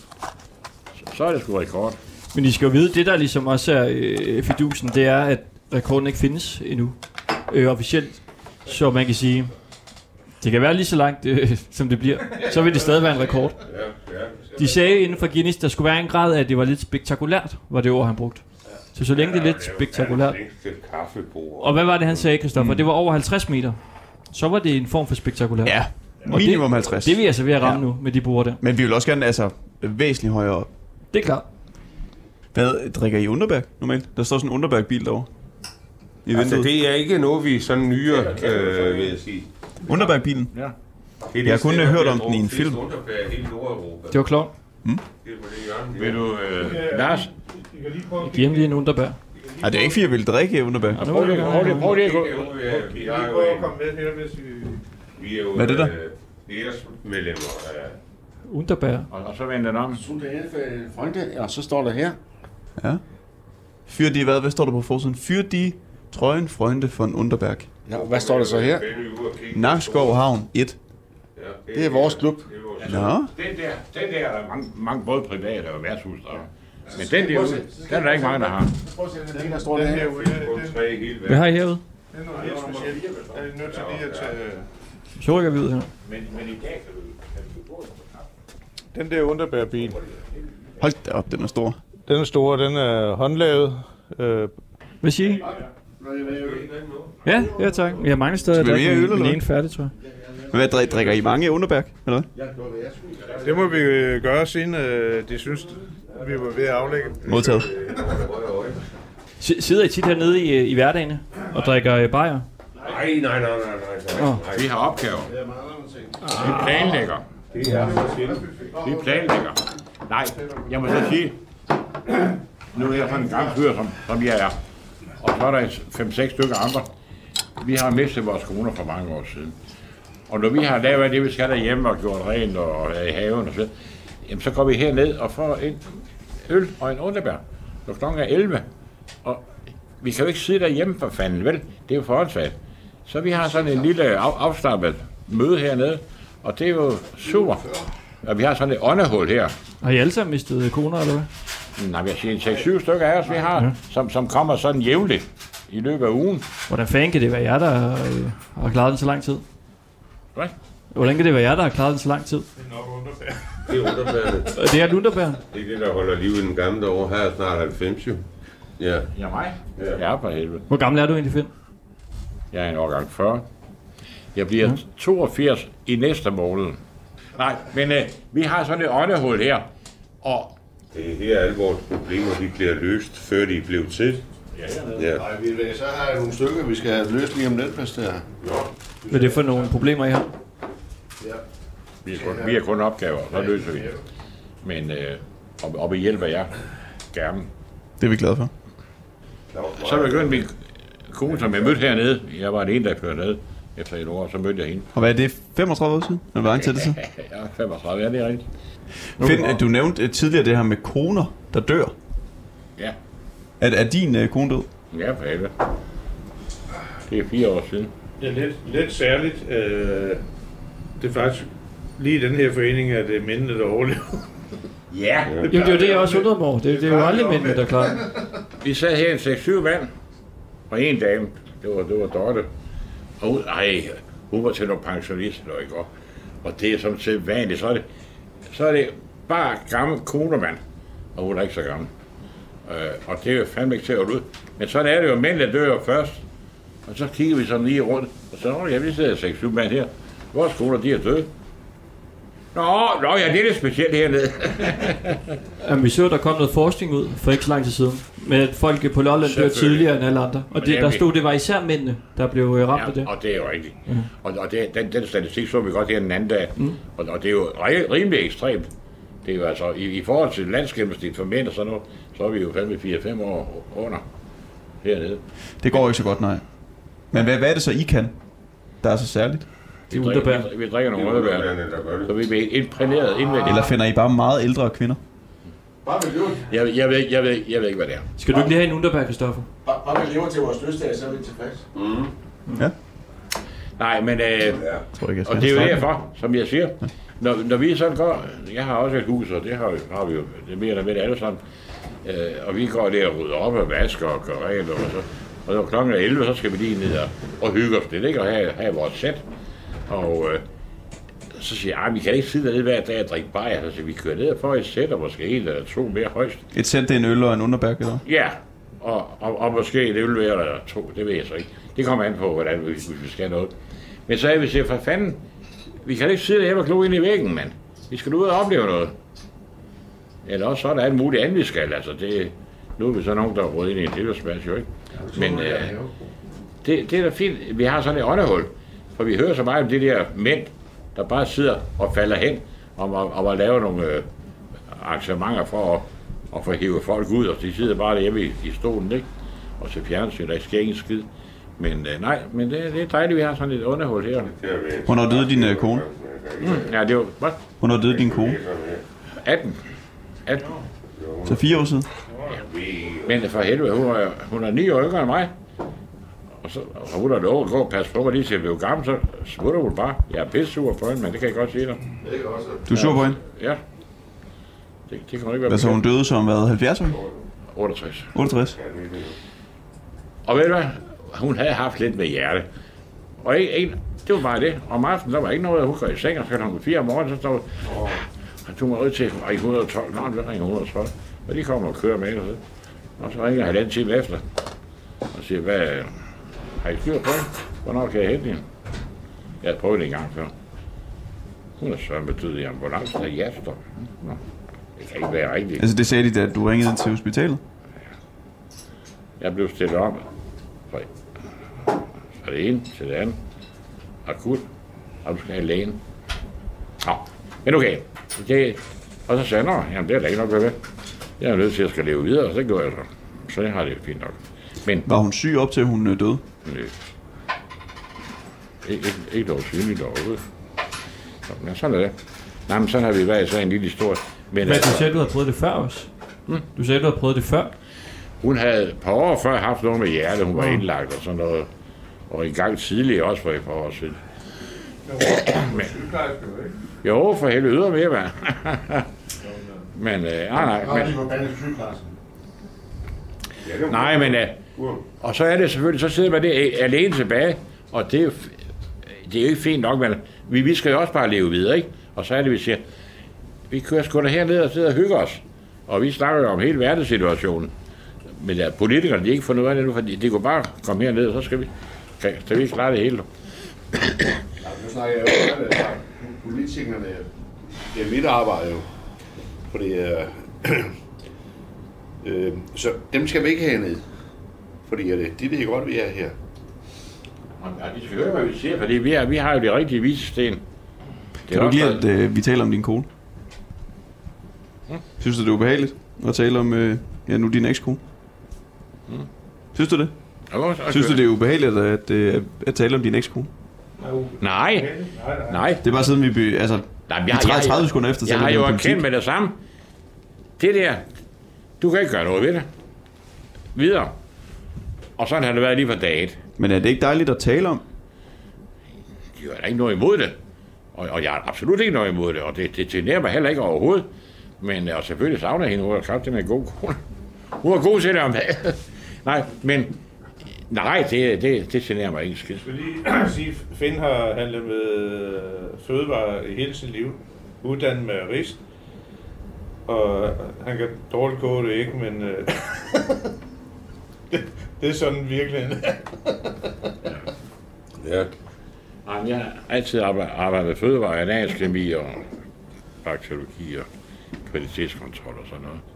så er det sgu rekord.
Men I skal jo vide, det der ligesom også er øh, fidusen, det er, at rekorden ikke findes endnu. Øh, officielt. Så man kan sige, det kan være lige så langt, øh, som det bliver. Så vil det stadig være en rekord. De sagde inden for Guinness, der skulle være en grad af, at det var lidt spektakulært, var det ord, han brugte. Så så længe det er lidt spektakulært. Og hvad var det, han sagde, Christoffer? Mm. Det var over halvtreds meter. Så var det en form for spektakulært.
Ja, minimum halvtreds.
Det, det vil jeg så ved at ramme ja. nu med de borer der.
Men vi vil også gerne altså væsentligt højere op.
Det er klart.
Hvad drikker I Underberg normalt? Der står sådan en Underberg-bil derovre. I
Altså,
vinduet.
det er ikke noget, vi sådan nyere, øh, vil jeg sige.
Underberg-bilen?
Ja.
Jeg har kun hørt om den i en film.
Det var klart.
Hmm?
Vil du, øh, Lars?
Giv ham lige en Underberg.
Ej, det er ikke fordi, jeg vil drikke Underberg.
Ja, prøv det, prøv det, prøv det.
Vi har jo vi er jo
Hvad er det der?
medlemmer af
Underberg.
Og, og så vender den om.
Freunde, og så står der her.
Ja. Fyr de, hvad, hvad står der på forsiden? Fyr de trøjen Freunde von Underberg.
Ja, hvad står der så her?
Nakskov Havn et.
Det er vores klub.
Nå.
Den der, den der er der mange, mange både private og værtshus der. Men den der ude, den er der ikke mange, der har.
Den der står der her.
Hvad har I herude?
Det er noget helt specielt. Jeg er nødt til lige at tage...
Så rykker vi ud her.
Men, men i dag kan du, kan du gå på.
Den der Underberg-bil,
Hold da op, den er stor.
den er stor, den er håndlavet. Øh,
Hvad siger I? Ja, ja tak. Jeg har mange steder,
Skal vi
der
mere øl,
er
eller
min
hvad?
ene færdig, tror jeg.
Men hvad drik- drikker I mange Underberg, eller hvad?
det må vi øh, gøre, siden øh, de synes, vi var ved at aflægge.
Modtaget.
S- sidder I tit hernede i, i hverdagene og drikker øh, bajer?
Nej, nej, nej, nej, nej, nej.
Åh.
Vi har opgaver. Vi planlægger.
Det er så sjældent.
Vi planlægger. Nej, jeg må så sige, nu er jeg sådan en gang fyr, som, som jeg er. Og så er der fem-seks stykker andre. Vi har mistet vores koner for mange år siden. Og når vi har lavet det, vi skal derhjemme og gjort rent og i haven og så, jamen så går vi herned og får en øl og en Underberg. Så klokken er elleve. Og vi kan jo ikke sidde derhjemme for fanden, vel? Det er jo forhåndsat. Så vi har sådan en lille af, afslappet møde hernede, og det er jo super. Og vi har sådan et åndehul her.
Har I alle sammen mistet koner, eller hvad?
Nej, vi har set seks-syv stykker af os, vi har, ja. som, som kommer sådan jævnligt i løbet af ugen.
Hvordan fanden kan det være jer, der øh, har klaret den så lang tid?
Hvad?
Hvordan kan det være jer, der har klaret den så lang tid?
Det er Underberg.
Og det er Lunderberg.
Det er det, der holder liv i den gamle år. Her er snart halvfems, jo. Ja.
Ja, mig? Ja, ja for helvede.
Hvor gammel er du egentlig, Finn?
Jeg er en årgang fyrre. Jeg bliver ja. toogfirs i næste måned. Nej, men øh, vi har sådan et åndehul her. Og
det er her, alle vores problemer de bliver løst, før de blev til.
Ja. Nej, vi så har jeg nogle stykker, vi skal have løst lige om lidt, hvis det er.
Hvad er det for nogle problemer, I har?
Ja.
Vi har kun, vi har kun opgaver, så løser vi. Men øh, og, og vi hjælper jer gerne.
Det er vi glade for.
Så begyndte min kone, som jeg mødte hernede. Jeg var den ene, der kørte ned efter et år, så mødte jeg hende.
Og hvad er det? femogtredive år siden? Eller hvor lang tid er det siden?
Ja, femogtredive, ja, det er rigtigt.
Finn, du nævnte tidligere det her med koner, der dør.
Ja.
Er, er din uh, kone død?
Ja, for helvede. Det er fire år siden.
Det er lidt, lidt særligt. Øh, det er faktisk lige den her forening, at det er mændene, der overlever.
Ja.
Jamen, det er jo det, jeg også undrede mig over. Det, det er jo aldrig mændene, der klarer.
Vi sad her en seks syv mand, og en dame, det var, det var Dorte. Og hun, ej, hun var til nogle pensionister, der går. Og det er som til vanligt, så er det, så er det bare gammel konermand, og hun er ikke så gammel. Øh, og det er jo fandme ikke til at holde ud. Men så er det jo mænd, der dør først. Og så kigger vi sådan lige rundt, og så er vi sidder seks syv mand her. Vores koner, de er døde. Nå, nå ja, det er lidt specielt hernede.
Jamen, vi så, der kom noget forskning ud for ikke så lang tid siden, med at folk på Lolland dør tidligere end alle andre. Og det, der stod, det var især mændene, der blev ramt
ja,
af det.
Og det er jo rigtigt. Mm. Og, og det, den, den statistik så vi godt her den anden dag. Mm. Og, og det er jo rimelig ekstremt. Det er jo altså, i, i forhold til landsgennemsnit for mænd og sådan noget, så er vi jo fandme fire fem år under hernede.
Det går ikke så godt, nej. Men hvad, hvad er det så, I kan, der er så særligt?
Vi drikker, vi, vi drikker nogle underbær, så vi bliver imprægneret indvendigt.
Eller finder I bare meget ældre kvinder?
Jeg, jeg, ved, jeg, ved, jeg ved ikke, hvad det er.
Skal du ikke lige have en underbær, Christoffer?
Bare, bare vi lever til vores dødsdag, så er vi tilfreds.
Mm.
Ja.
Nej, men øh,
jeg tror ikke, jeg
og det er jo derfor, som jeg siger, når, når vi sådan går, jeg har også et hus, og det har vi, har vi jo, det er mere eller mindre alle sammen, øh, og vi går der og rydder op og vasker og gør rent, og så, og når klokken er elleve, så skal vi lige ned og, og hygge os lidt, ikke? Og have, have vores sæt. Og øh, så siger jeg, vi kan ikke sidde dernede hver dag og drikke bajer, så vi kører ned og får et sæt, og måske en eller to mere højst.
Et sæt, det er en øl og en underbærk, eller?
Ja, og, og, og måske et øl eller to, det ved jeg så ikke. Det kommer an på, hvordan vi, hvis vi skal noget. Men så er vi siger, for fanden, vi kan ikke sidde derhjemme og glo ind i væggen, mand. Vi skal ud og opleve noget. Eller også så er der alt muligt andet, vi skal, altså det... Nu er vi så nogen, der er råd ind i en tilhørsplads, jo ikke? Men øh, det, det er da fint, vi har sådan et åndehul. For vi hører så meget om de der mænd, der bare sidder og falder hen, om at, om at lave nogle øh, arrangementer for at, at få hævet folk ud, og de sidder bare derhjemme i, i stolen, ikke? Og så fjernsyn, der sker ingen skid. Men øh, nej, men det, det er dejligt, vi har sådan et underhul her.
Hvornår døde din øh, kone?
Mm, ja, det var... Hvad?
Hvornår døde din kone?
atten. atten.
Så fire år siden?
Ja, men for helvede, hun er, hun er ni år yngre end mig. Og, så, og hun er lov at gå og passe på mig lige til at blive gammel, så smutter hun bare. Jeg er pisse sur på hende, men det kan jeg godt sige dig.
Du er sur på hende?
Ja. Det, det kan ikke være.
Hvad så hun døde som, hvad, halvfjerds år?
otteogtres.
otteogtres?
Og ved du hvad? Hun havde haft lidt med hjerte. Og ikke, ikke, det var bare det. Om aftenen, der var ikke noget, hun går i seng, og så kom fire om morgenen, så stod han tog mig ud til, og i et hundrede og tolv, nå, det ringer et hundrede og tolv. Og de kommer og kører med, og så, og så ringer jeg halvanden time efter, og siger, hvad, har I styr på det? Hvornår kan jeg hente hende? Jeg havde prøvet det en gang før. Hun er så betydet i ambulancen af hjertestop. Nå, det kan ikke være rigtigt.
Altså det sagde de, da du ringede til hospitalet?
Jeg blev stillet om fra, fra det ene til det andet. Akut. Og du skal have lægen. Nå, men okay. Det, og så sagde jeg, jamen det er da ikke nok ved. Jeg er nødt til at skal leve videre, og så gjorde jeg så. Så jeg har det fint nok. Men,
var hun syg op til, at hun døde?
Nej. Ikke, ikke, ikke noget synligt overhovedet. Men sådan er det. Nej, men sådan har vi været i en lille historie. Men,
men altså, du sagde, du havde prøvet det før også? Hmm? Du sagde, du havde prøvet det før?
Hun havde et par år før haft noget med hjerte, hun var indlagt og sådan noget. Og en gang tidligere også for et par år siden. Men, jo, for helvede yder mere, mand. Men, øh, nej, nej. Men, nej, men, øh, og så er det selvfølgelig, så sidder man det alene tilbage, og det er jo, det er jo ikke fint nok, men vi, vi skal jo også bare leve videre, ikke? Og så er det, vi siger, vi kører sgu da herned og sidder og hygger os, og vi snakker jo om hele verdenssituationen. Men ja, politikerne, de ikke får noget af det nu, fordi de kunne bare komme herned, og så skal vi, kan, så vi klare det hele.
Ja, nu snakker jeg jo om politikerne. Det er mit arbejde jo. Fordi, øh, øh, så dem skal vi ikke have ned. Fordi er det de ved godt, vi er her.
Ja, de skal høre, hvad vi siger, fordi vi, er, vi har jo de rigtige visesten.
Kan du lide, at øh, vi taler om din kone? Hmm? Synes du, det er ubehageligt at tale om, øh, ja, nu din ekskone? Hmm. Synes du det?
Okay.
Synes du, det er ubehageligt at, at, at tale om din ekskone?
Nej. Nej.
Det er bare siden vi... By, altså,
Nej,
vi træder tredive sekunder efter...
Jeg har jo erkendt med det samme. Det der, du kan ikke gøre noget ved det. Videre. Og sådan har det været lige fra daget.
Men er det ikke dejligt at tale om?
Jeg har ikke noget imod det. Og, og jeg har absolut ikke noget imod det. Og det, det generer mig heller ikke overhovedet. Men og selvfølgelig savner jeg hende. Hun er kraftigt med en god kone. Hun er god til det om det. Nej, men... Nej, det, det, det generer mig ikke skidt.
Jeg skal lige sige, at Finn har handlet med fødevarer i hele sit liv. Uddannet med rist. Og han kan dårligt koge det ikke, men... Øh, det, det er sådan virkelig.
Ja. Jamen, jeg har altid arbejdet, arbejdet med fødevarer, analytisk kemi og bakteriologi og kvalitetskontrol og sådan noget.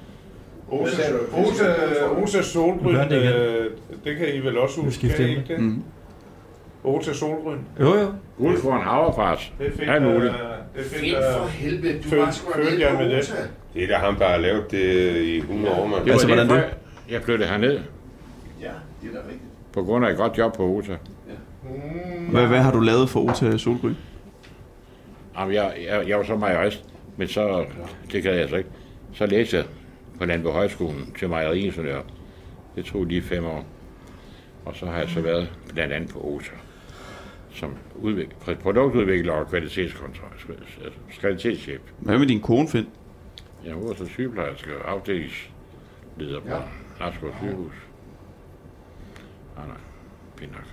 Ota solgryn, øh, det kan I vel også huske, kan I ikke det? Mm. Ota solgryn.
Jo, jo.
Guld for en havrefars.
Det fik
er muligt.
Det
fik for helvede, du var sgu
følte jeg med det.
Det er da ham, der har lavet det i hundrede år, man.
Det var altså, hvordan det? Jeg flyttede herned.
Ja, det er da rigtigt.
På grund af et godt job på Ota.
Ja. Mm. Hvad, hvad har du lavet for Ota solgryn?
Jamen, jeg, jeg, jeg var så majorist, men så, det kan jeg altså ikke. Så læste jeg på Landbrug Højskolen til mejeriingeniør. Det tog lige fem år. Og så har jeg så været blandt andet på Ota som udvikler, produktudvikler og kvalitetskontrol, kvalitetschef.
Hvad med din kone, Finn?
Jeg var så sygeplejerske og afdelingsleder på ja. Arsgaard sygehus. Nej, nej. Pænt nok.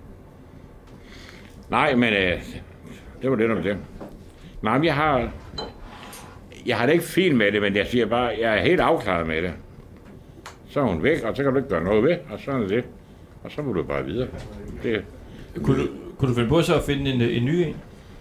Nej, men øh, det var lidt om det. Nej, men jeg har... Jeg har det ikke fint med det, men jeg siger bare, jeg er helt afklaret med det. Så er hun væk, og så kan du ikke gøre noget ved, og sådan er det. Og så må du bare videre. Det,
kunne, du, kunne du finde på så at finde en, en ny en?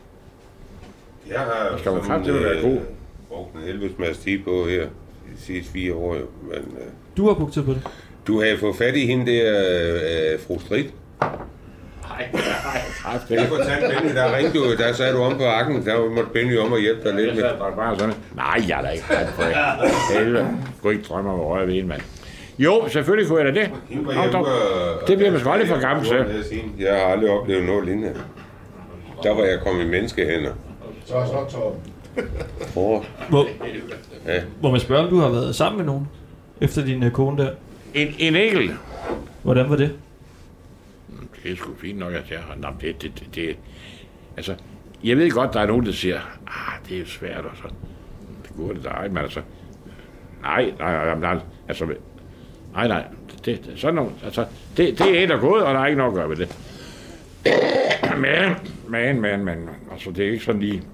Jeg har
skal jo frem til at være god.
Brugt en helvedes masse tid på her de sidste fire år. Jo. Men, uh,
du har brugt tid på det?
Du har fået fat i hende der uh, fru Strid.
Nej, nej, nej.
Jeg fortalte Benny, der ringte du, der sagde du om på akken, der måtte Benny om at hjælpe dig lidt med.
Bare sådan. Nej, jeg er da ikke ret for jer. Helvede. Kunne ikke drømme om at røre ved en, mand. Jo, selvfølgelig kunne jeg da det. Det bliver man sgu aldrig for gammel til.
Jeg har aldrig oplevet noget lignende. Der var jeg kommet i menneskehænder.
Så er så Torben.
Hvor,
ja.
Hvor man spørger, om du har været sammen med nogen efter din uh, kone der?
En, en enkelt.
Hvordan var det?
Det er sgu fint nok, at jeg har... Nå, det, det, det, det... Altså, jeg ved godt, der er nogen, der siger, ah, det er svært, og så... Det går det dig, men altså... Nej, nej, nej, nej, altså... Nej, nej, det, det, sådan noget, altså... Det, det er et og gået, og der er ikke noget at gøre ved det. Men, men, men, men... Altså, det er ikke sådan lige...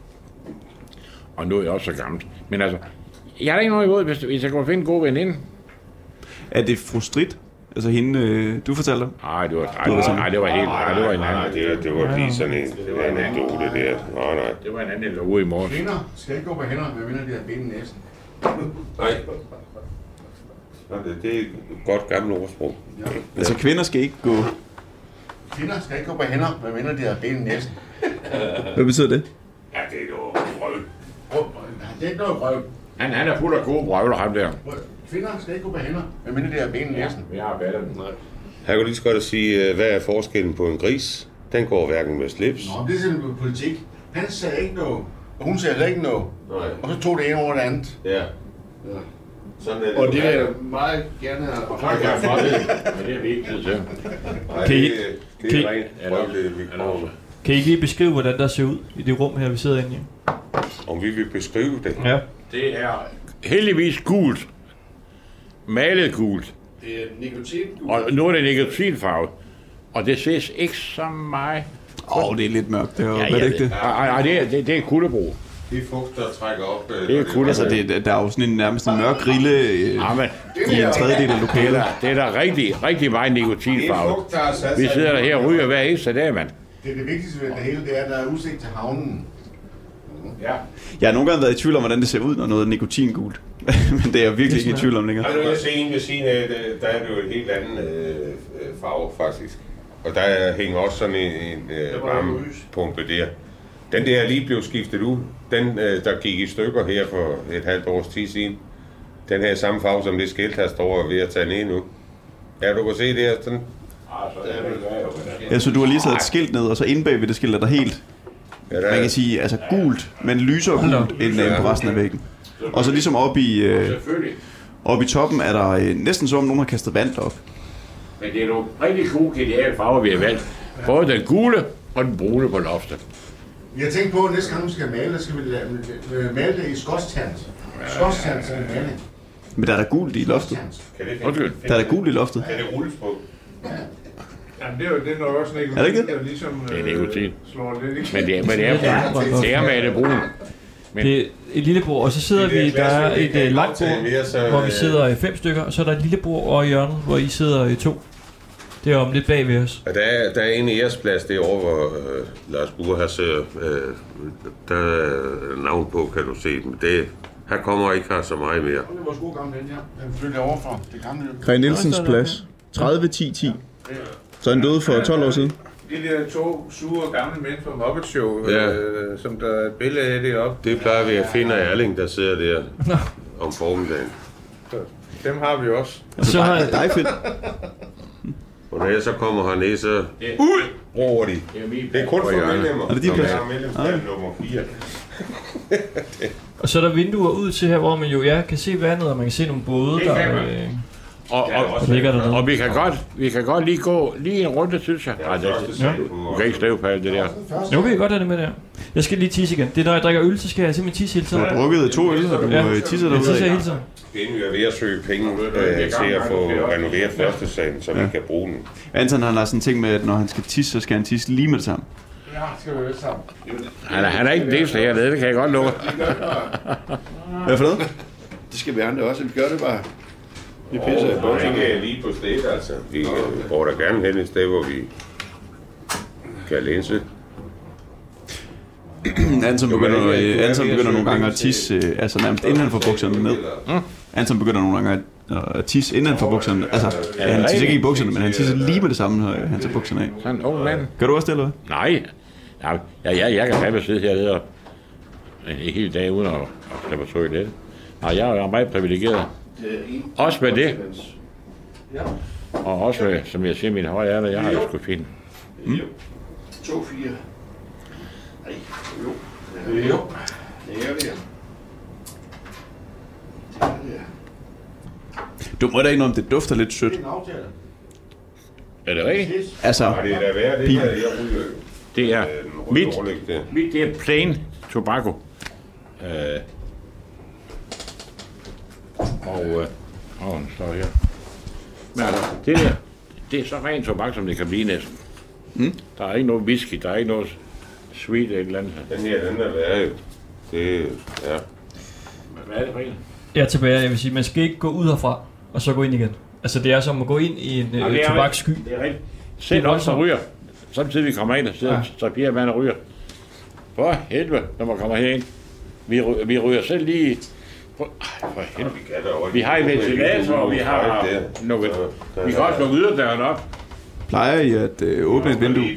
Og nu er jeg også så gammelt. Men altså, jeg har ikke noget imod, hvis, hvis jeg kunne finde en god veninde.
Er det frustrigt? Altså hende, øh, du fortalte om?
Nej, det var, ej, det var, ej, det var helt... Ej, det var en anden.
Nej, det, det var lige sådan en, det var en anekdote der. Nej, nej.
Det var en anden lov i morgen.
Kvinder skal ikke gå på hænder, medmindre de har ben i næsen.
Nej. Det, det er et godt gammelt ordsprog.
Ja. Altså kvinder skal ikke gå...
Kvinder skal ikke gå på hænder, medmindre de har ben i næsen.
Hvad betyder det?
Ja, det er noget røv.
Det er ikke noget røv.
Han, han er fuld af gode brøvler, ham der.
Kvinder skal ikke gå på hænder, medmindre de har ben i næsen.
Ja, vi har bedre. Nej.
Jeg kan lige så godt at sige, hvad er forskellen på en gris? Den går hverken med slips.
Nå, det er simpelthen politik. Han sagde ikke noget, og hun sagde heller ikke noget. Nej. Og så tog det ene over det andet.
Ja. Ja. Sådan er det.
Og det vil jeg meget gerne have.
Og tak for det. Men det er vi ikke tid til.
Nej,
kan I,
det, det
kan
er rent frygteligt, vi kommer.
Kan I lige beskrive, hvordan der ser ud i det rum her, vi sidder inde i?
Om vi vil beskrive det?
Ja.
Det er heldigvis gult. Malet gult.
Det er nikotingult.
Og nu er det nikotinfarve. Og det ses ikke så meget.
Åh, oh, det er lidt mørkt. Det er jo,
ja,
hvad
ja,
det ikke det?
Nej, nej, det er, det, det er kuldebro.
Det er fugt, der trækker op.
Det er kulde.
Altså, det, der er jo sådan en nærmest en mørk grille øh,
ja, men,
i en tredjedel af lokalet.
Det er, det er der rigtig, rigtig meget nikotinfarve. Vi sidder der her og ryger hver eneste dag, mand.
Det er det vigtigste ved det hele, det er, at der er udsigt til havnen.
Ja.
Jeg har nogle gange været i tvivl om, hvordan det ser ud, når noget er nikotingult. Men det er jeg virkelig ikke i tvivl om længere.
Altså, jeg ser en ved siden af, der er det jo et helt andet øh, farve, faktisk. Og der hænger også sådan en, en øh, varmepumpe der. Den der er lige blevet skiftet ud. Den, øh, der gik i stykker her for et halvt års tid siden. Den her samme farve, som det skilt her står ved at tage ned nu. Ja, du kan se det her. Sådan.
Ja, så du har lige taget et skilt ned, og så inde bag ved det skilt er der helt, ja, der man kan sige, altså gult, men lysere gult end øh, på resten af væggen. Og så ligesom oppe i, øh, oppe i toppen er der øh, næsten som om nogen har kastet vand op.
Men det er nogle rigtig gode geniale farver, vi har valgt. Både den gule og den brune på loftet.
Jeg tænker på, at næste gang vi skal male, skal vi male det i skårstjerns. Skårstjerns er maling.
Men der er der gult i loftet.
Undskyld.
Der er der gult i loftet.
Kan det rulles på?
Jamen, det er jo det, når også en
er det ikke det?
Der ligesom,
det er nikotin.
Øh, slår lidt i.
Men det er, men det er, det er med det brune. Men
det er et lille bord, og så sidder vi, der er et uh, langt bord, hvor vi sidder fem stykker, og så er der et lille bord over i hjørnet, hvor I sidder to. Det er om lidt bag ved os.
Og der er, der er en æresplads derovre, hvor øh, Lars Bure har siddet. Øh, der er navn på, kan du se den. Det, her kommer ikke her så meget mere.
Det er vores gode gamle ven her. Den flytter overfra. Det gamle.
Kaj Nielsens plads. tredive ti ti. Så han døde for tolv år siden.
De der to sure gamle mænd fra Muppet Show, ja. øh, som der er et billede af det op.
Det plejer vi at finde af Erling, der sidder der om formiddagen.
Så, dem har vi også.
Og så har jeg dig fedt.
Og når jeg så kommer herned, så ud over de. Det er kun for medlemmer.
Er det din plads?
Jeg er medlemskab nummer fire.
Og så er der vinduer ud til her, hvor man jo ja, kan se vandet, og man kan se nogle både, der øh,
Og, og, og,
ligger dernede.
og vi kan godt, vi kan godt lige gå lige en runde, synes jeg. Nej, det,
Ja.
du kan ikke stave på alt det der.
Jo, vi kan godt have det med der. Jeg skal lige tisse igen. Det er, når jeg drikker øl, så skal jeg simpelthen tisse hele
Du
tiden.
har drukket to øl, og du
Ja.
ja. tisser
Jeg tisser
derude.
hele tiden.
Inden vi er ved at søge penge øh, til at få renoveret første salen, så vi kan bruge den.
Anton han har sådan en ting med, at når han skal tisse, så skal han tisse lige med det samme.
Ja, skal vi øve sammen.
Han er, han er ikke det hernede, det kan jeg godt lukke.
Hvad for noget?
Det skal vi andre også. Vi gør det bare. Vi pisser i
Og
bukserne.
ikke lige på stedet, altså. Vi øh, går da gerne hen et sted, hvor vi kan lænse.
Anton begynder, øh, Anton begynder nogle gange at tisse, øh, altså nærmest inden han får bukserne ned. Anton begynder nogle gange at, at tisse inden han får bukserne. Altså, ja, han tisser ikke i bukserne, men han tisser lige med det samme, når han tager bukserne af.
Sådan en ung mand.
Gør du også det, eller hvad?
Nej. Ja, ja, jeg, jeg kan fandme sidde hernede og en hel dag uden at, at slippe at trykke det. Nej, jeg er meget privilegeret. Også med det. Og også med, som jeg siger, min høje er der, jeg har jo sgu fint.
Mm. to fire. Nej, jo. Jo. Det er det.
Du må da ikke noget om det dufter lidt sødt.
Er det rigtigt?
Altså,
Og det er da værd, det her, jeg ryger jo.
Det er
Øh, den
mit,
røde overlæg der.
mit det er plain tobacco. Øh, og, øh, og den står her. Men altså, det der, det er så ren tobak, som det kan blive næsten.
Mm.
Der er ikke noget whisky, der er ikke noget sweet eller et eller andet.
Den her, den er værd jo. Det, ja.
Hvad er det for en?
Jeg er tilbage, jeg vil sige, man skal ikke gå ud herfra, og så gå ind igen. Altså, det er som at gå ind i en
Jamen,
øh,
det er
tobakssky.
rigtigt. Det er rigtigt. Selv os, der ryger. Samtidig vi kommer ind, og sidder ja. så fire mand og ryger. For helvede, når man kommer herind. Vi, ry- vi ryger selv lige... For, ej, for helvede.
Vi kan da også-
Vi har en ventilator, og vi har lukket... Vi kan også lukke yderdøren op.
plejer I at øh, åbne et vindue?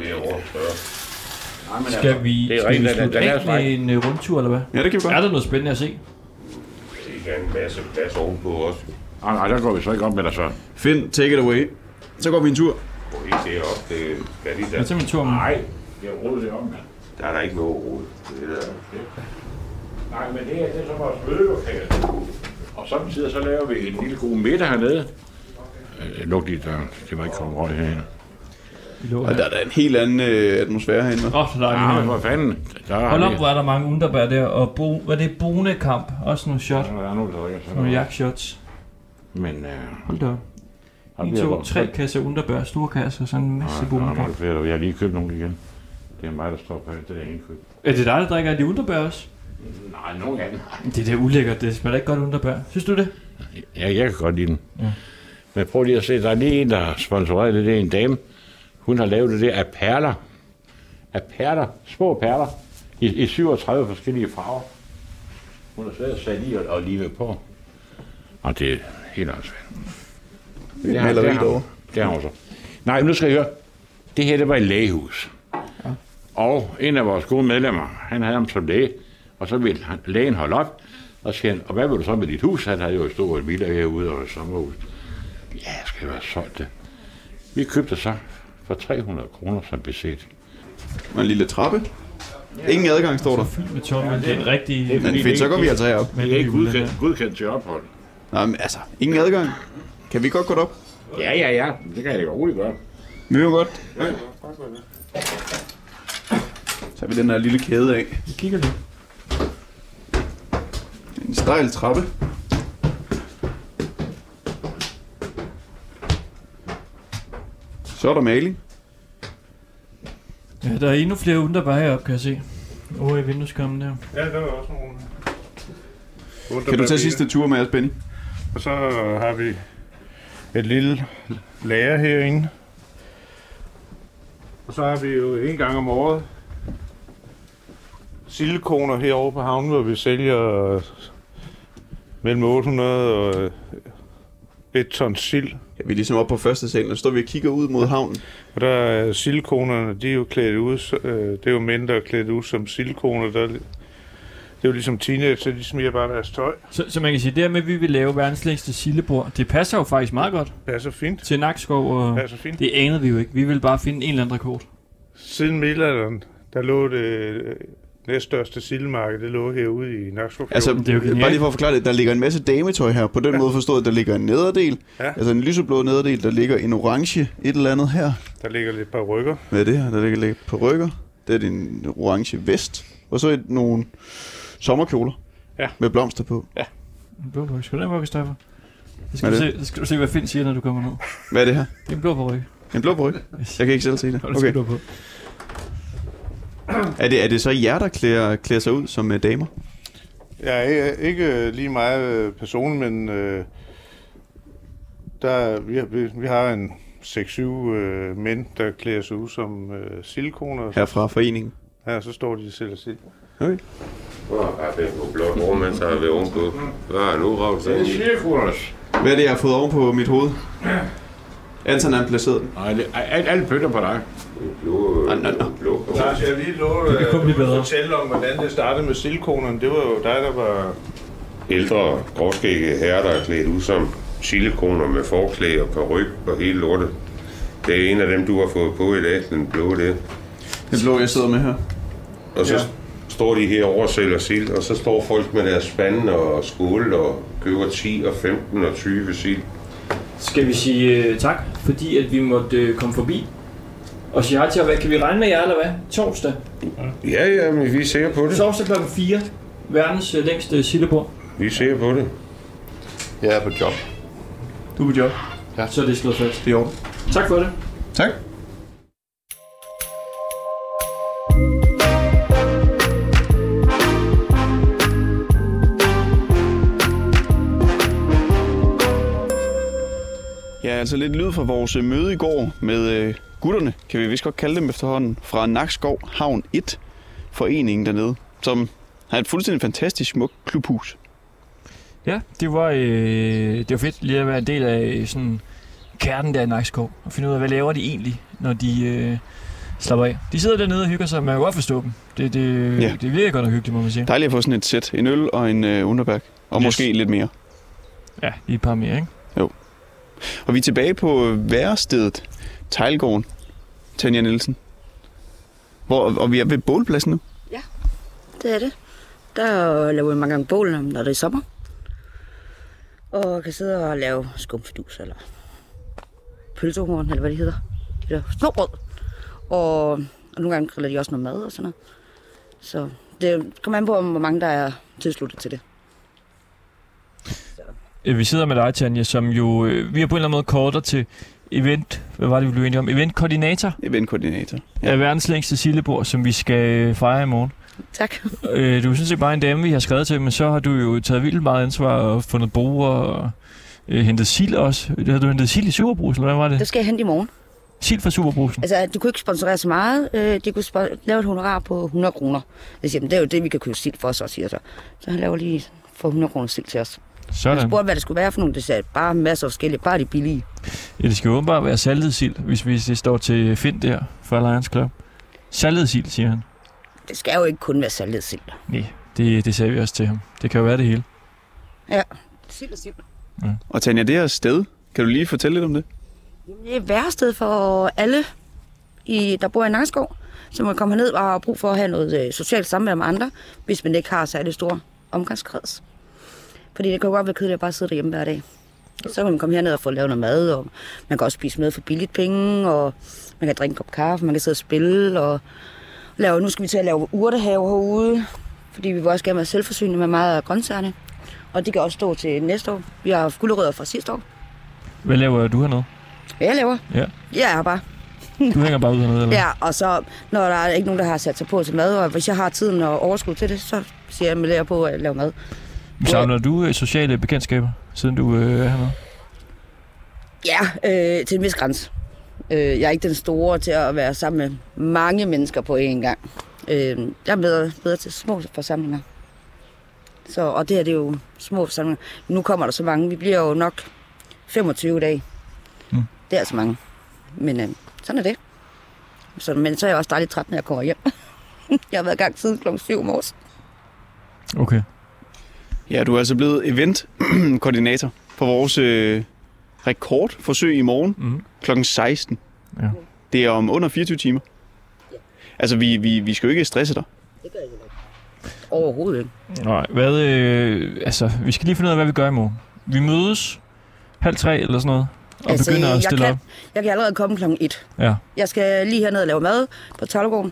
Skal vi,
Det er
skal vi
rigtigt, den-
slutte
den er
af
stræk.
med en øh, rundtur, eller hvad?
Ja, det kan vi godt.
Er der noget spændende at se?
Det er en masse plads ovenpå også.
Nej, nej, der går vi så ikke op med dig så.
Finn, take it away. Så går vi en tur.
Gå ikke derop, det skal de
Jeg
da.
tager min tur om.
Nej, jeg roder det om, mand.
Der er der ikke noget rod. Det er der.
Nej, men det er, det er så vores mødelokale. Og samtidig så laver vi en lille god middag hernede. Øh, Luk lige døren, det var ikke kommet røg herinde.
Og der er da en helt anden øh, atmosfære herinde.
Åh, oh, så dejligt.
Ja, men for fanden. Der
Hold
har
op, hvor er der mange underbær der, og bo, hvad er det, bonekamp, også nogle shot,
Der er nogen, der drikker sådan
nogle
noget.
jakshots.
Men øh,
Hold da op.
har
En,
vi
to,
været-
tre kasser underbær, store kasser, sådan en masse
Nej,
bonekamp.
nej, nej, jeg har lige købt nogle igen. Det er mig, der står på det der indkøb.
Er det dig, der drikker af de underbær også?
Nej, nogen af dem.
Det er da ulækkert, det smager ikke godt underbær. Synes du det?
Ja, jeg kan godt lide den.
Ja.
Men prøv lige at se, der er lige en, der har sponsoreret det. Det er en dame. Hun har lavet det der af perler. Af perler. Små perler. I, i syvogtredive forskellige farver. Hun har svært sat i og, og livet på. Og det er helt åndssvagt. Det
har maleri derovre.
Det har hun så. Nej, nu skal jeg høre. Det her, det var et lægehus. Ja. Og en af vores gode medlemmer, han havde ham som læge. Og så ville han, lægen holde op. Og siger han, og hvad vil du så med dit hus? Han havde jo et stort villa herude og et sommerhus. Ja, jeg skal være solgt det. Vi købte så for tre hundrede kroner som beset.
Og en lille trappe. Ingen adgang, står der.
Fyldt med tomme, det er en rigtig...
Det er fint, så går vi altså herop.
Men det er ikke godkendt, godkendt til ophold.
Nej, men altså, ingen adgang. Kan vi godt gå op?
Ja, ja, ja. Det kan jeg da roligt gøre.
Vi vil godt. Ja. Så har vi den her lille kæde af.
Vi kigger lidt.
En stejl trappe. Så er der maling.
Ja, der er endnu flere underbær heroppe, kan jeg se. Over i vindueskammen der.
Ja, der er også nogle.
Kan du tage sidste tur med os, Benny?
Og så har vi et lille lager herinde. Og så har vi jo en gang om året sildekoner herovre på havnen, hvor vi sælger mellem otte hundrede og et ton sild.
Ja, vi er ligesom oppe på første salen, og så står vi og kigger ud mod havnen.
Og der er sildekonerne, de er jo klædt ud, det er jo mænd, der er klædt ud som sildekoner. Der, det er jo ligesom teenager, så de smiger bare deres tøj.
Så, så man kan sige, det med, at vi vil lave verdens længste sildebord, det passer jo faktisk meget godt.
Passer fint.
Til Nakskov, og
Passer fint.
Det anede vi jo ikke. Vi ville bare finde en eller anden rekord.
Siden middelalderen, der lå det næststørste sildemarked, det lå herude i Nakskov.
Altså, det er jo bare lige for at forklare det, der ligger en masse dametøj her. På den ja. måde forstået, at der ligger en nederdel. Ja. Altså en lyseblå nederdel, der ligger en orange et eller andet her.
Der ligger lidt par rykker.
Hvad er det her? Der ligger lidt par rykker. Det er en orange vest. Og så et, nogle sommerkjoler.
Ja.
Med blomster på.
Ja.
En blå ryg. Skal du den rykke, Stoffer? Det skal, du se, det skal du se, hvad Finn siger, når du kommer ned.
Hvad er det her?
Det er en blå ryg.
En blå ryg? Jeg kan ikke selv se det. Okay.
Det på.
Er det, er det så jer, der klæder, klæder sig ud som uh, damer?
Ja, ikke, ikke lige meget person, men øh, der, vi, vi, vi har en seks syv øh, mænd, der klæder sig ud som øh, sildekoner.
Her fra foreningen?
Ja, så står de selv og siger.
Okay.
Hvor er det på blå rum, mens jeg har været ovenpå? Hvad er nu, Rav?
Det er sildekoners.
Hvad er det, jeg har fået oven på mit hoved? Anton har placeret den.
Nej, det er alle pøtter på dig.
Blå,
ah, no, no.
blå.
Lars, jeg lige lovet at fortælle om, hvordan det startede med sildekonerne. Det var jo dig, der var...
Ældre, gråskægge herrer, der er klædt ud som sildekoner med forklæde og paryk og hele lortet. Det er en af dem, du har fået på i dag, den blå det.
Den blå, jeg sidder med her.
Og så
ja.
står de her over og sælger sild, og så står folk med deres spande og skåle og køber ti og femten og tyve sild.
Skal vi sige uh, tak, fordi at vi måtte uh, komme forbi og sige hej til jer. Kan vi regne med jer, eller hvad? Torsdag?
Ja, ja, men vi er sikre på det.
Torsdag klokken fire. Verdens uh, længste sildebord.
Vi er sikre på det.
Jeg er på job.
Du er på job?
Ja. Så er det slået fast.
Det er orden.
Tak for det.
Tak. Ja, altså lidt lyd fra vores møde i går med øh, gutterne, kan vi vist godt kalde dem efterhånden, fra Nakskov Havn et, foreningen dernede, som har et fuldstændig fantastisk smukt klubhus.
Ja, det var, øh, det var fedt lige at være en del af sådan kernen der i Nakskov, og finde ud af, hvad laver de egentlig, når de øh, slapper af. De sidder dernede og hygger sig, man kan godt forstå dem. Det, det, ja. det virker godt og hyggeligt, må man sige.
Dejligt at få sådan et sæt, en øl og en øh, underbærk, og yes. måske lidt mere.
Ja, lige et par mere, ikke?
Jo. Og vi er tilbage på værestedet, Teglgården, Tanja Nielsen. Hvor, og vi er ved bålpladsen nu.
Ja, det er det. Der laver vi mange gange bål, når det er sommer. Og kan sidde og lave skumfidus, eller pølsehorn, eller hvad det hedder. De der småbrød. Og, og nogle gange griller de også noget mad og sådan noget. Så det kommer an på, hvor mange der er tilsluttet til det.
Vi sidder med dig, Tanja, som jo... Vi har på en eller anden måde korter til event... Hvad var det, vi blev enige om? Eventkoordinator?
Eventkoordinator,
ja. Af verdens længste sildebord, som vi skal fejre i morgen.
Tak.
Øh, du er sådan set bare en dame, vi har skrevet til, men så har du jo taget vildt meget ansvar og fundet borer og øh, hentet sild også. Har du hentet sild i Superbrus, eller hvad var det?
Det skal jeg hente i morgen.
Sild fra Superbrusen?
Altså, de kunne ikke sponsorere så meget. Øh, de kunne spon- lave et honorar på hundrede kroner. Jeg siger, men det er jo det, vi kan købe sild for, så siger så. Så han laver lige for hundrede kroner sild til os.
Sådan.
Jeg spurgte, hvad det skulle være for nogle. Det sagde bare masser af forskellige, bare de billige.
Ja, det skal jo bare være saltet sild, hvis, hvis det står til Finn der fra Lions Club. Saltet sild, siger han.
Det skal jo ikke kun være saltet sild.
Nej, det, det sagde vi også til ham. Det kan jo være det hele.
Ja, sild og sild.
Ja.
Og Tanja, det her sted, kan du lige fortælle lidt om det?
Det er et værested for alle, i, der bor i Nakskov, som kan komme herned og har brug for at have noget øh, socialt samvær med andre, hvis man ikke har særlig stor omgangskreds. Fordi det kan jo godt være kedeligt at bare sidde derhjemme hver dag. Så kan man komme herned og få lavet noget mad, og man kan også spise med for billigt penge, og man kan drikke en kop kaffe, man kan sidde og spille, og lave, nu skal vi til at lave urtehave herude, fordi vi vil også gerne være selvforsynende med meget af grøntsagerne. Og det kan også stå til næste år. Vi har haft gulerødder fra sidste år.
Hvad laver du hernede?
Hvad jeg laver?
Ja.
Jeg er bare.
Du hænger bare ud hernede, eller?
Ja, og så når der er ikke nogen, der har sat sig på til mad, og hvis jeg har tiden og overskud til det, så siger jeg, at jeg lærer på at lave mad.
Savner du sociale bekendtskaber, siden du øh, er hernede?
Ja, øh, til en vis grænse. Øh, jeg er ikke den store til at være sammen med mange mennesker på én gang. Øh, jeg er bedre, bedre til små forsamlinger. Så, og det her, det er jo små forsamlinger. Nu kommer der så mange. Vi bliver jo nok femogtyve dage. Mm. Det er altså mange. Men øh, sådan er det. Så, men så er jeg også dejligt træt, når jeg kommer hjem. Jeg har været i gang siden klokken syv om morges.
Okay.
Ja, du er altså blevet eventkoordinator på vores øh, rekordforsøg i morgen mm. klokken seksten.
Ja.
Det er om under fireogtyve timer. Ja. Altså, vi, vi, vi skal jo ikke stresse dig.
Det gør jeg ikke. Overhovedet ikke.
Nej, hvad, øh, altså, vi skal lige finde ud af, hvad vi gør i morgen. Vi mødes halv tre eller sådan noget, og altså, begynder at stille
jeg
op.
kan, jeg kan allerede komme klokken et.
Ja.
Jeg skal lige herned og lave mad på Tollegården,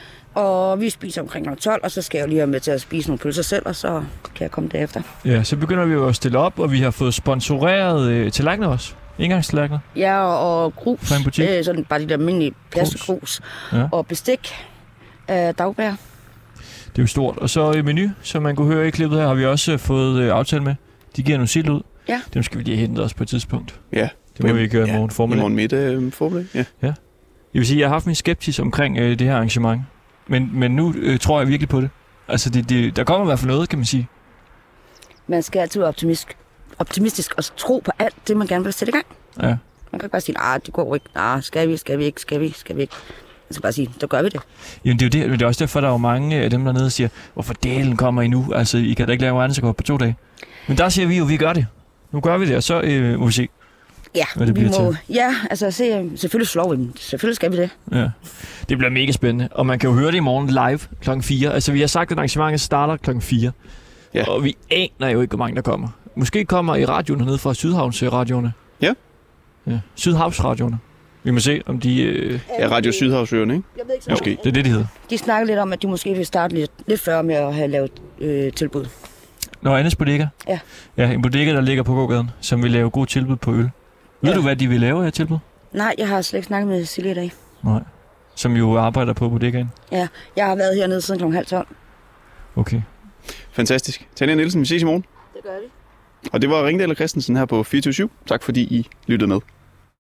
og vi spiser omkring klokken tolv, og så skal jeg jo lige have med til at spise nogle pølser selv, og så kan jeg komme derefter.
Ja, så begynder vi jo at stille op, og vi har fået sponsoreret øh, tallerkener også. Indgangstallerkener.
Ja, og, og grus.
Fra en butik.
Øh, sådan bare de der almindelige plastikgrus. Ja. Og bestik af dagbær.
Det er jo stort. Og så i menu, som man kunne høre i klippet her, har vi også fået øh, aftale med. De giver nogle sild ud.
Ja.
Dem skal vi lige hente os på et tidspunkt.
Ja.
Det må vi ikke gøre i morgen formiddag.
I morgen middag øh, formiddag, ja.
Ja. Jeg vil sige, jeg har haft min skepsis omkring øh, det her arrangement. Men, men nu øh, tror jeg virkelig på det. Altså, det, det, der kommer i hvert fald noget, kan man sige.
Man skal altid være optimistisk, optimistisk og tro på alt det, man gerne vil sætte i gang.
Ja.
Man kan ikke bare sige, nej, det går ikke. Nej, skal vi, skal vi ikke, skal vi, skal vi ikke. Man skal bare sige, så gør vi det.
Jamen, det er jo det, men det er også derfor, der er jo mange af dem dernede, der siger, hvorfor delen kommer I nu? Altså, I kan da ikke lave verdensrekord på to dage. Men der siger vi jo, vi gør det. Nu gør vi det, og så øh, må vi se,
ja,
hvad det
vi
bliver
må,
til.
Ja, altså se, selvfølgelig slår vi dem. Selvfølgelig skal vi det.
Ja. Det bliver mega spændende, og man kan jo høre det i morgen live klokken fire. Altså, vi har sagt, at arrangementet starter klokken fire. Ja. Og vi aner jo ikke, hvor mange der kommer. Måske kommer i radioen hernede fra Sydhavnsradioerne.
Ja.
Ja. Sydhavsradioerne. Vi må se, om de... Øh...
Ja, Radio Sydhavsøerne, ikke?
Jeg ved ikke,
Måske. Det er det, de hedder.
De snakker lidt om, at de måske vil starte lidt, lidt før med at have lavet øh, tilbud.
Nå, Annes Bodega?
Ja.
Ja, en bodega, der ligger på gågaden, som vil lave gode tilbud på øl. Ved
Ja.
du, hvad de vil lave af tilbud?
Nej, jeg har slet ikke snakket med Silje i dag.
Nej. Som jo arbejder på bodegaen.
Ja, jeg har været hernede siden klokken halv tolv.
Okay.
Fantastisk. Tanja Nielsen, vi ses i morgen.
Det gør vi.
Og det var Ringdal og Christensen her på fireogtyve syv. Tak fordi I lyttede med.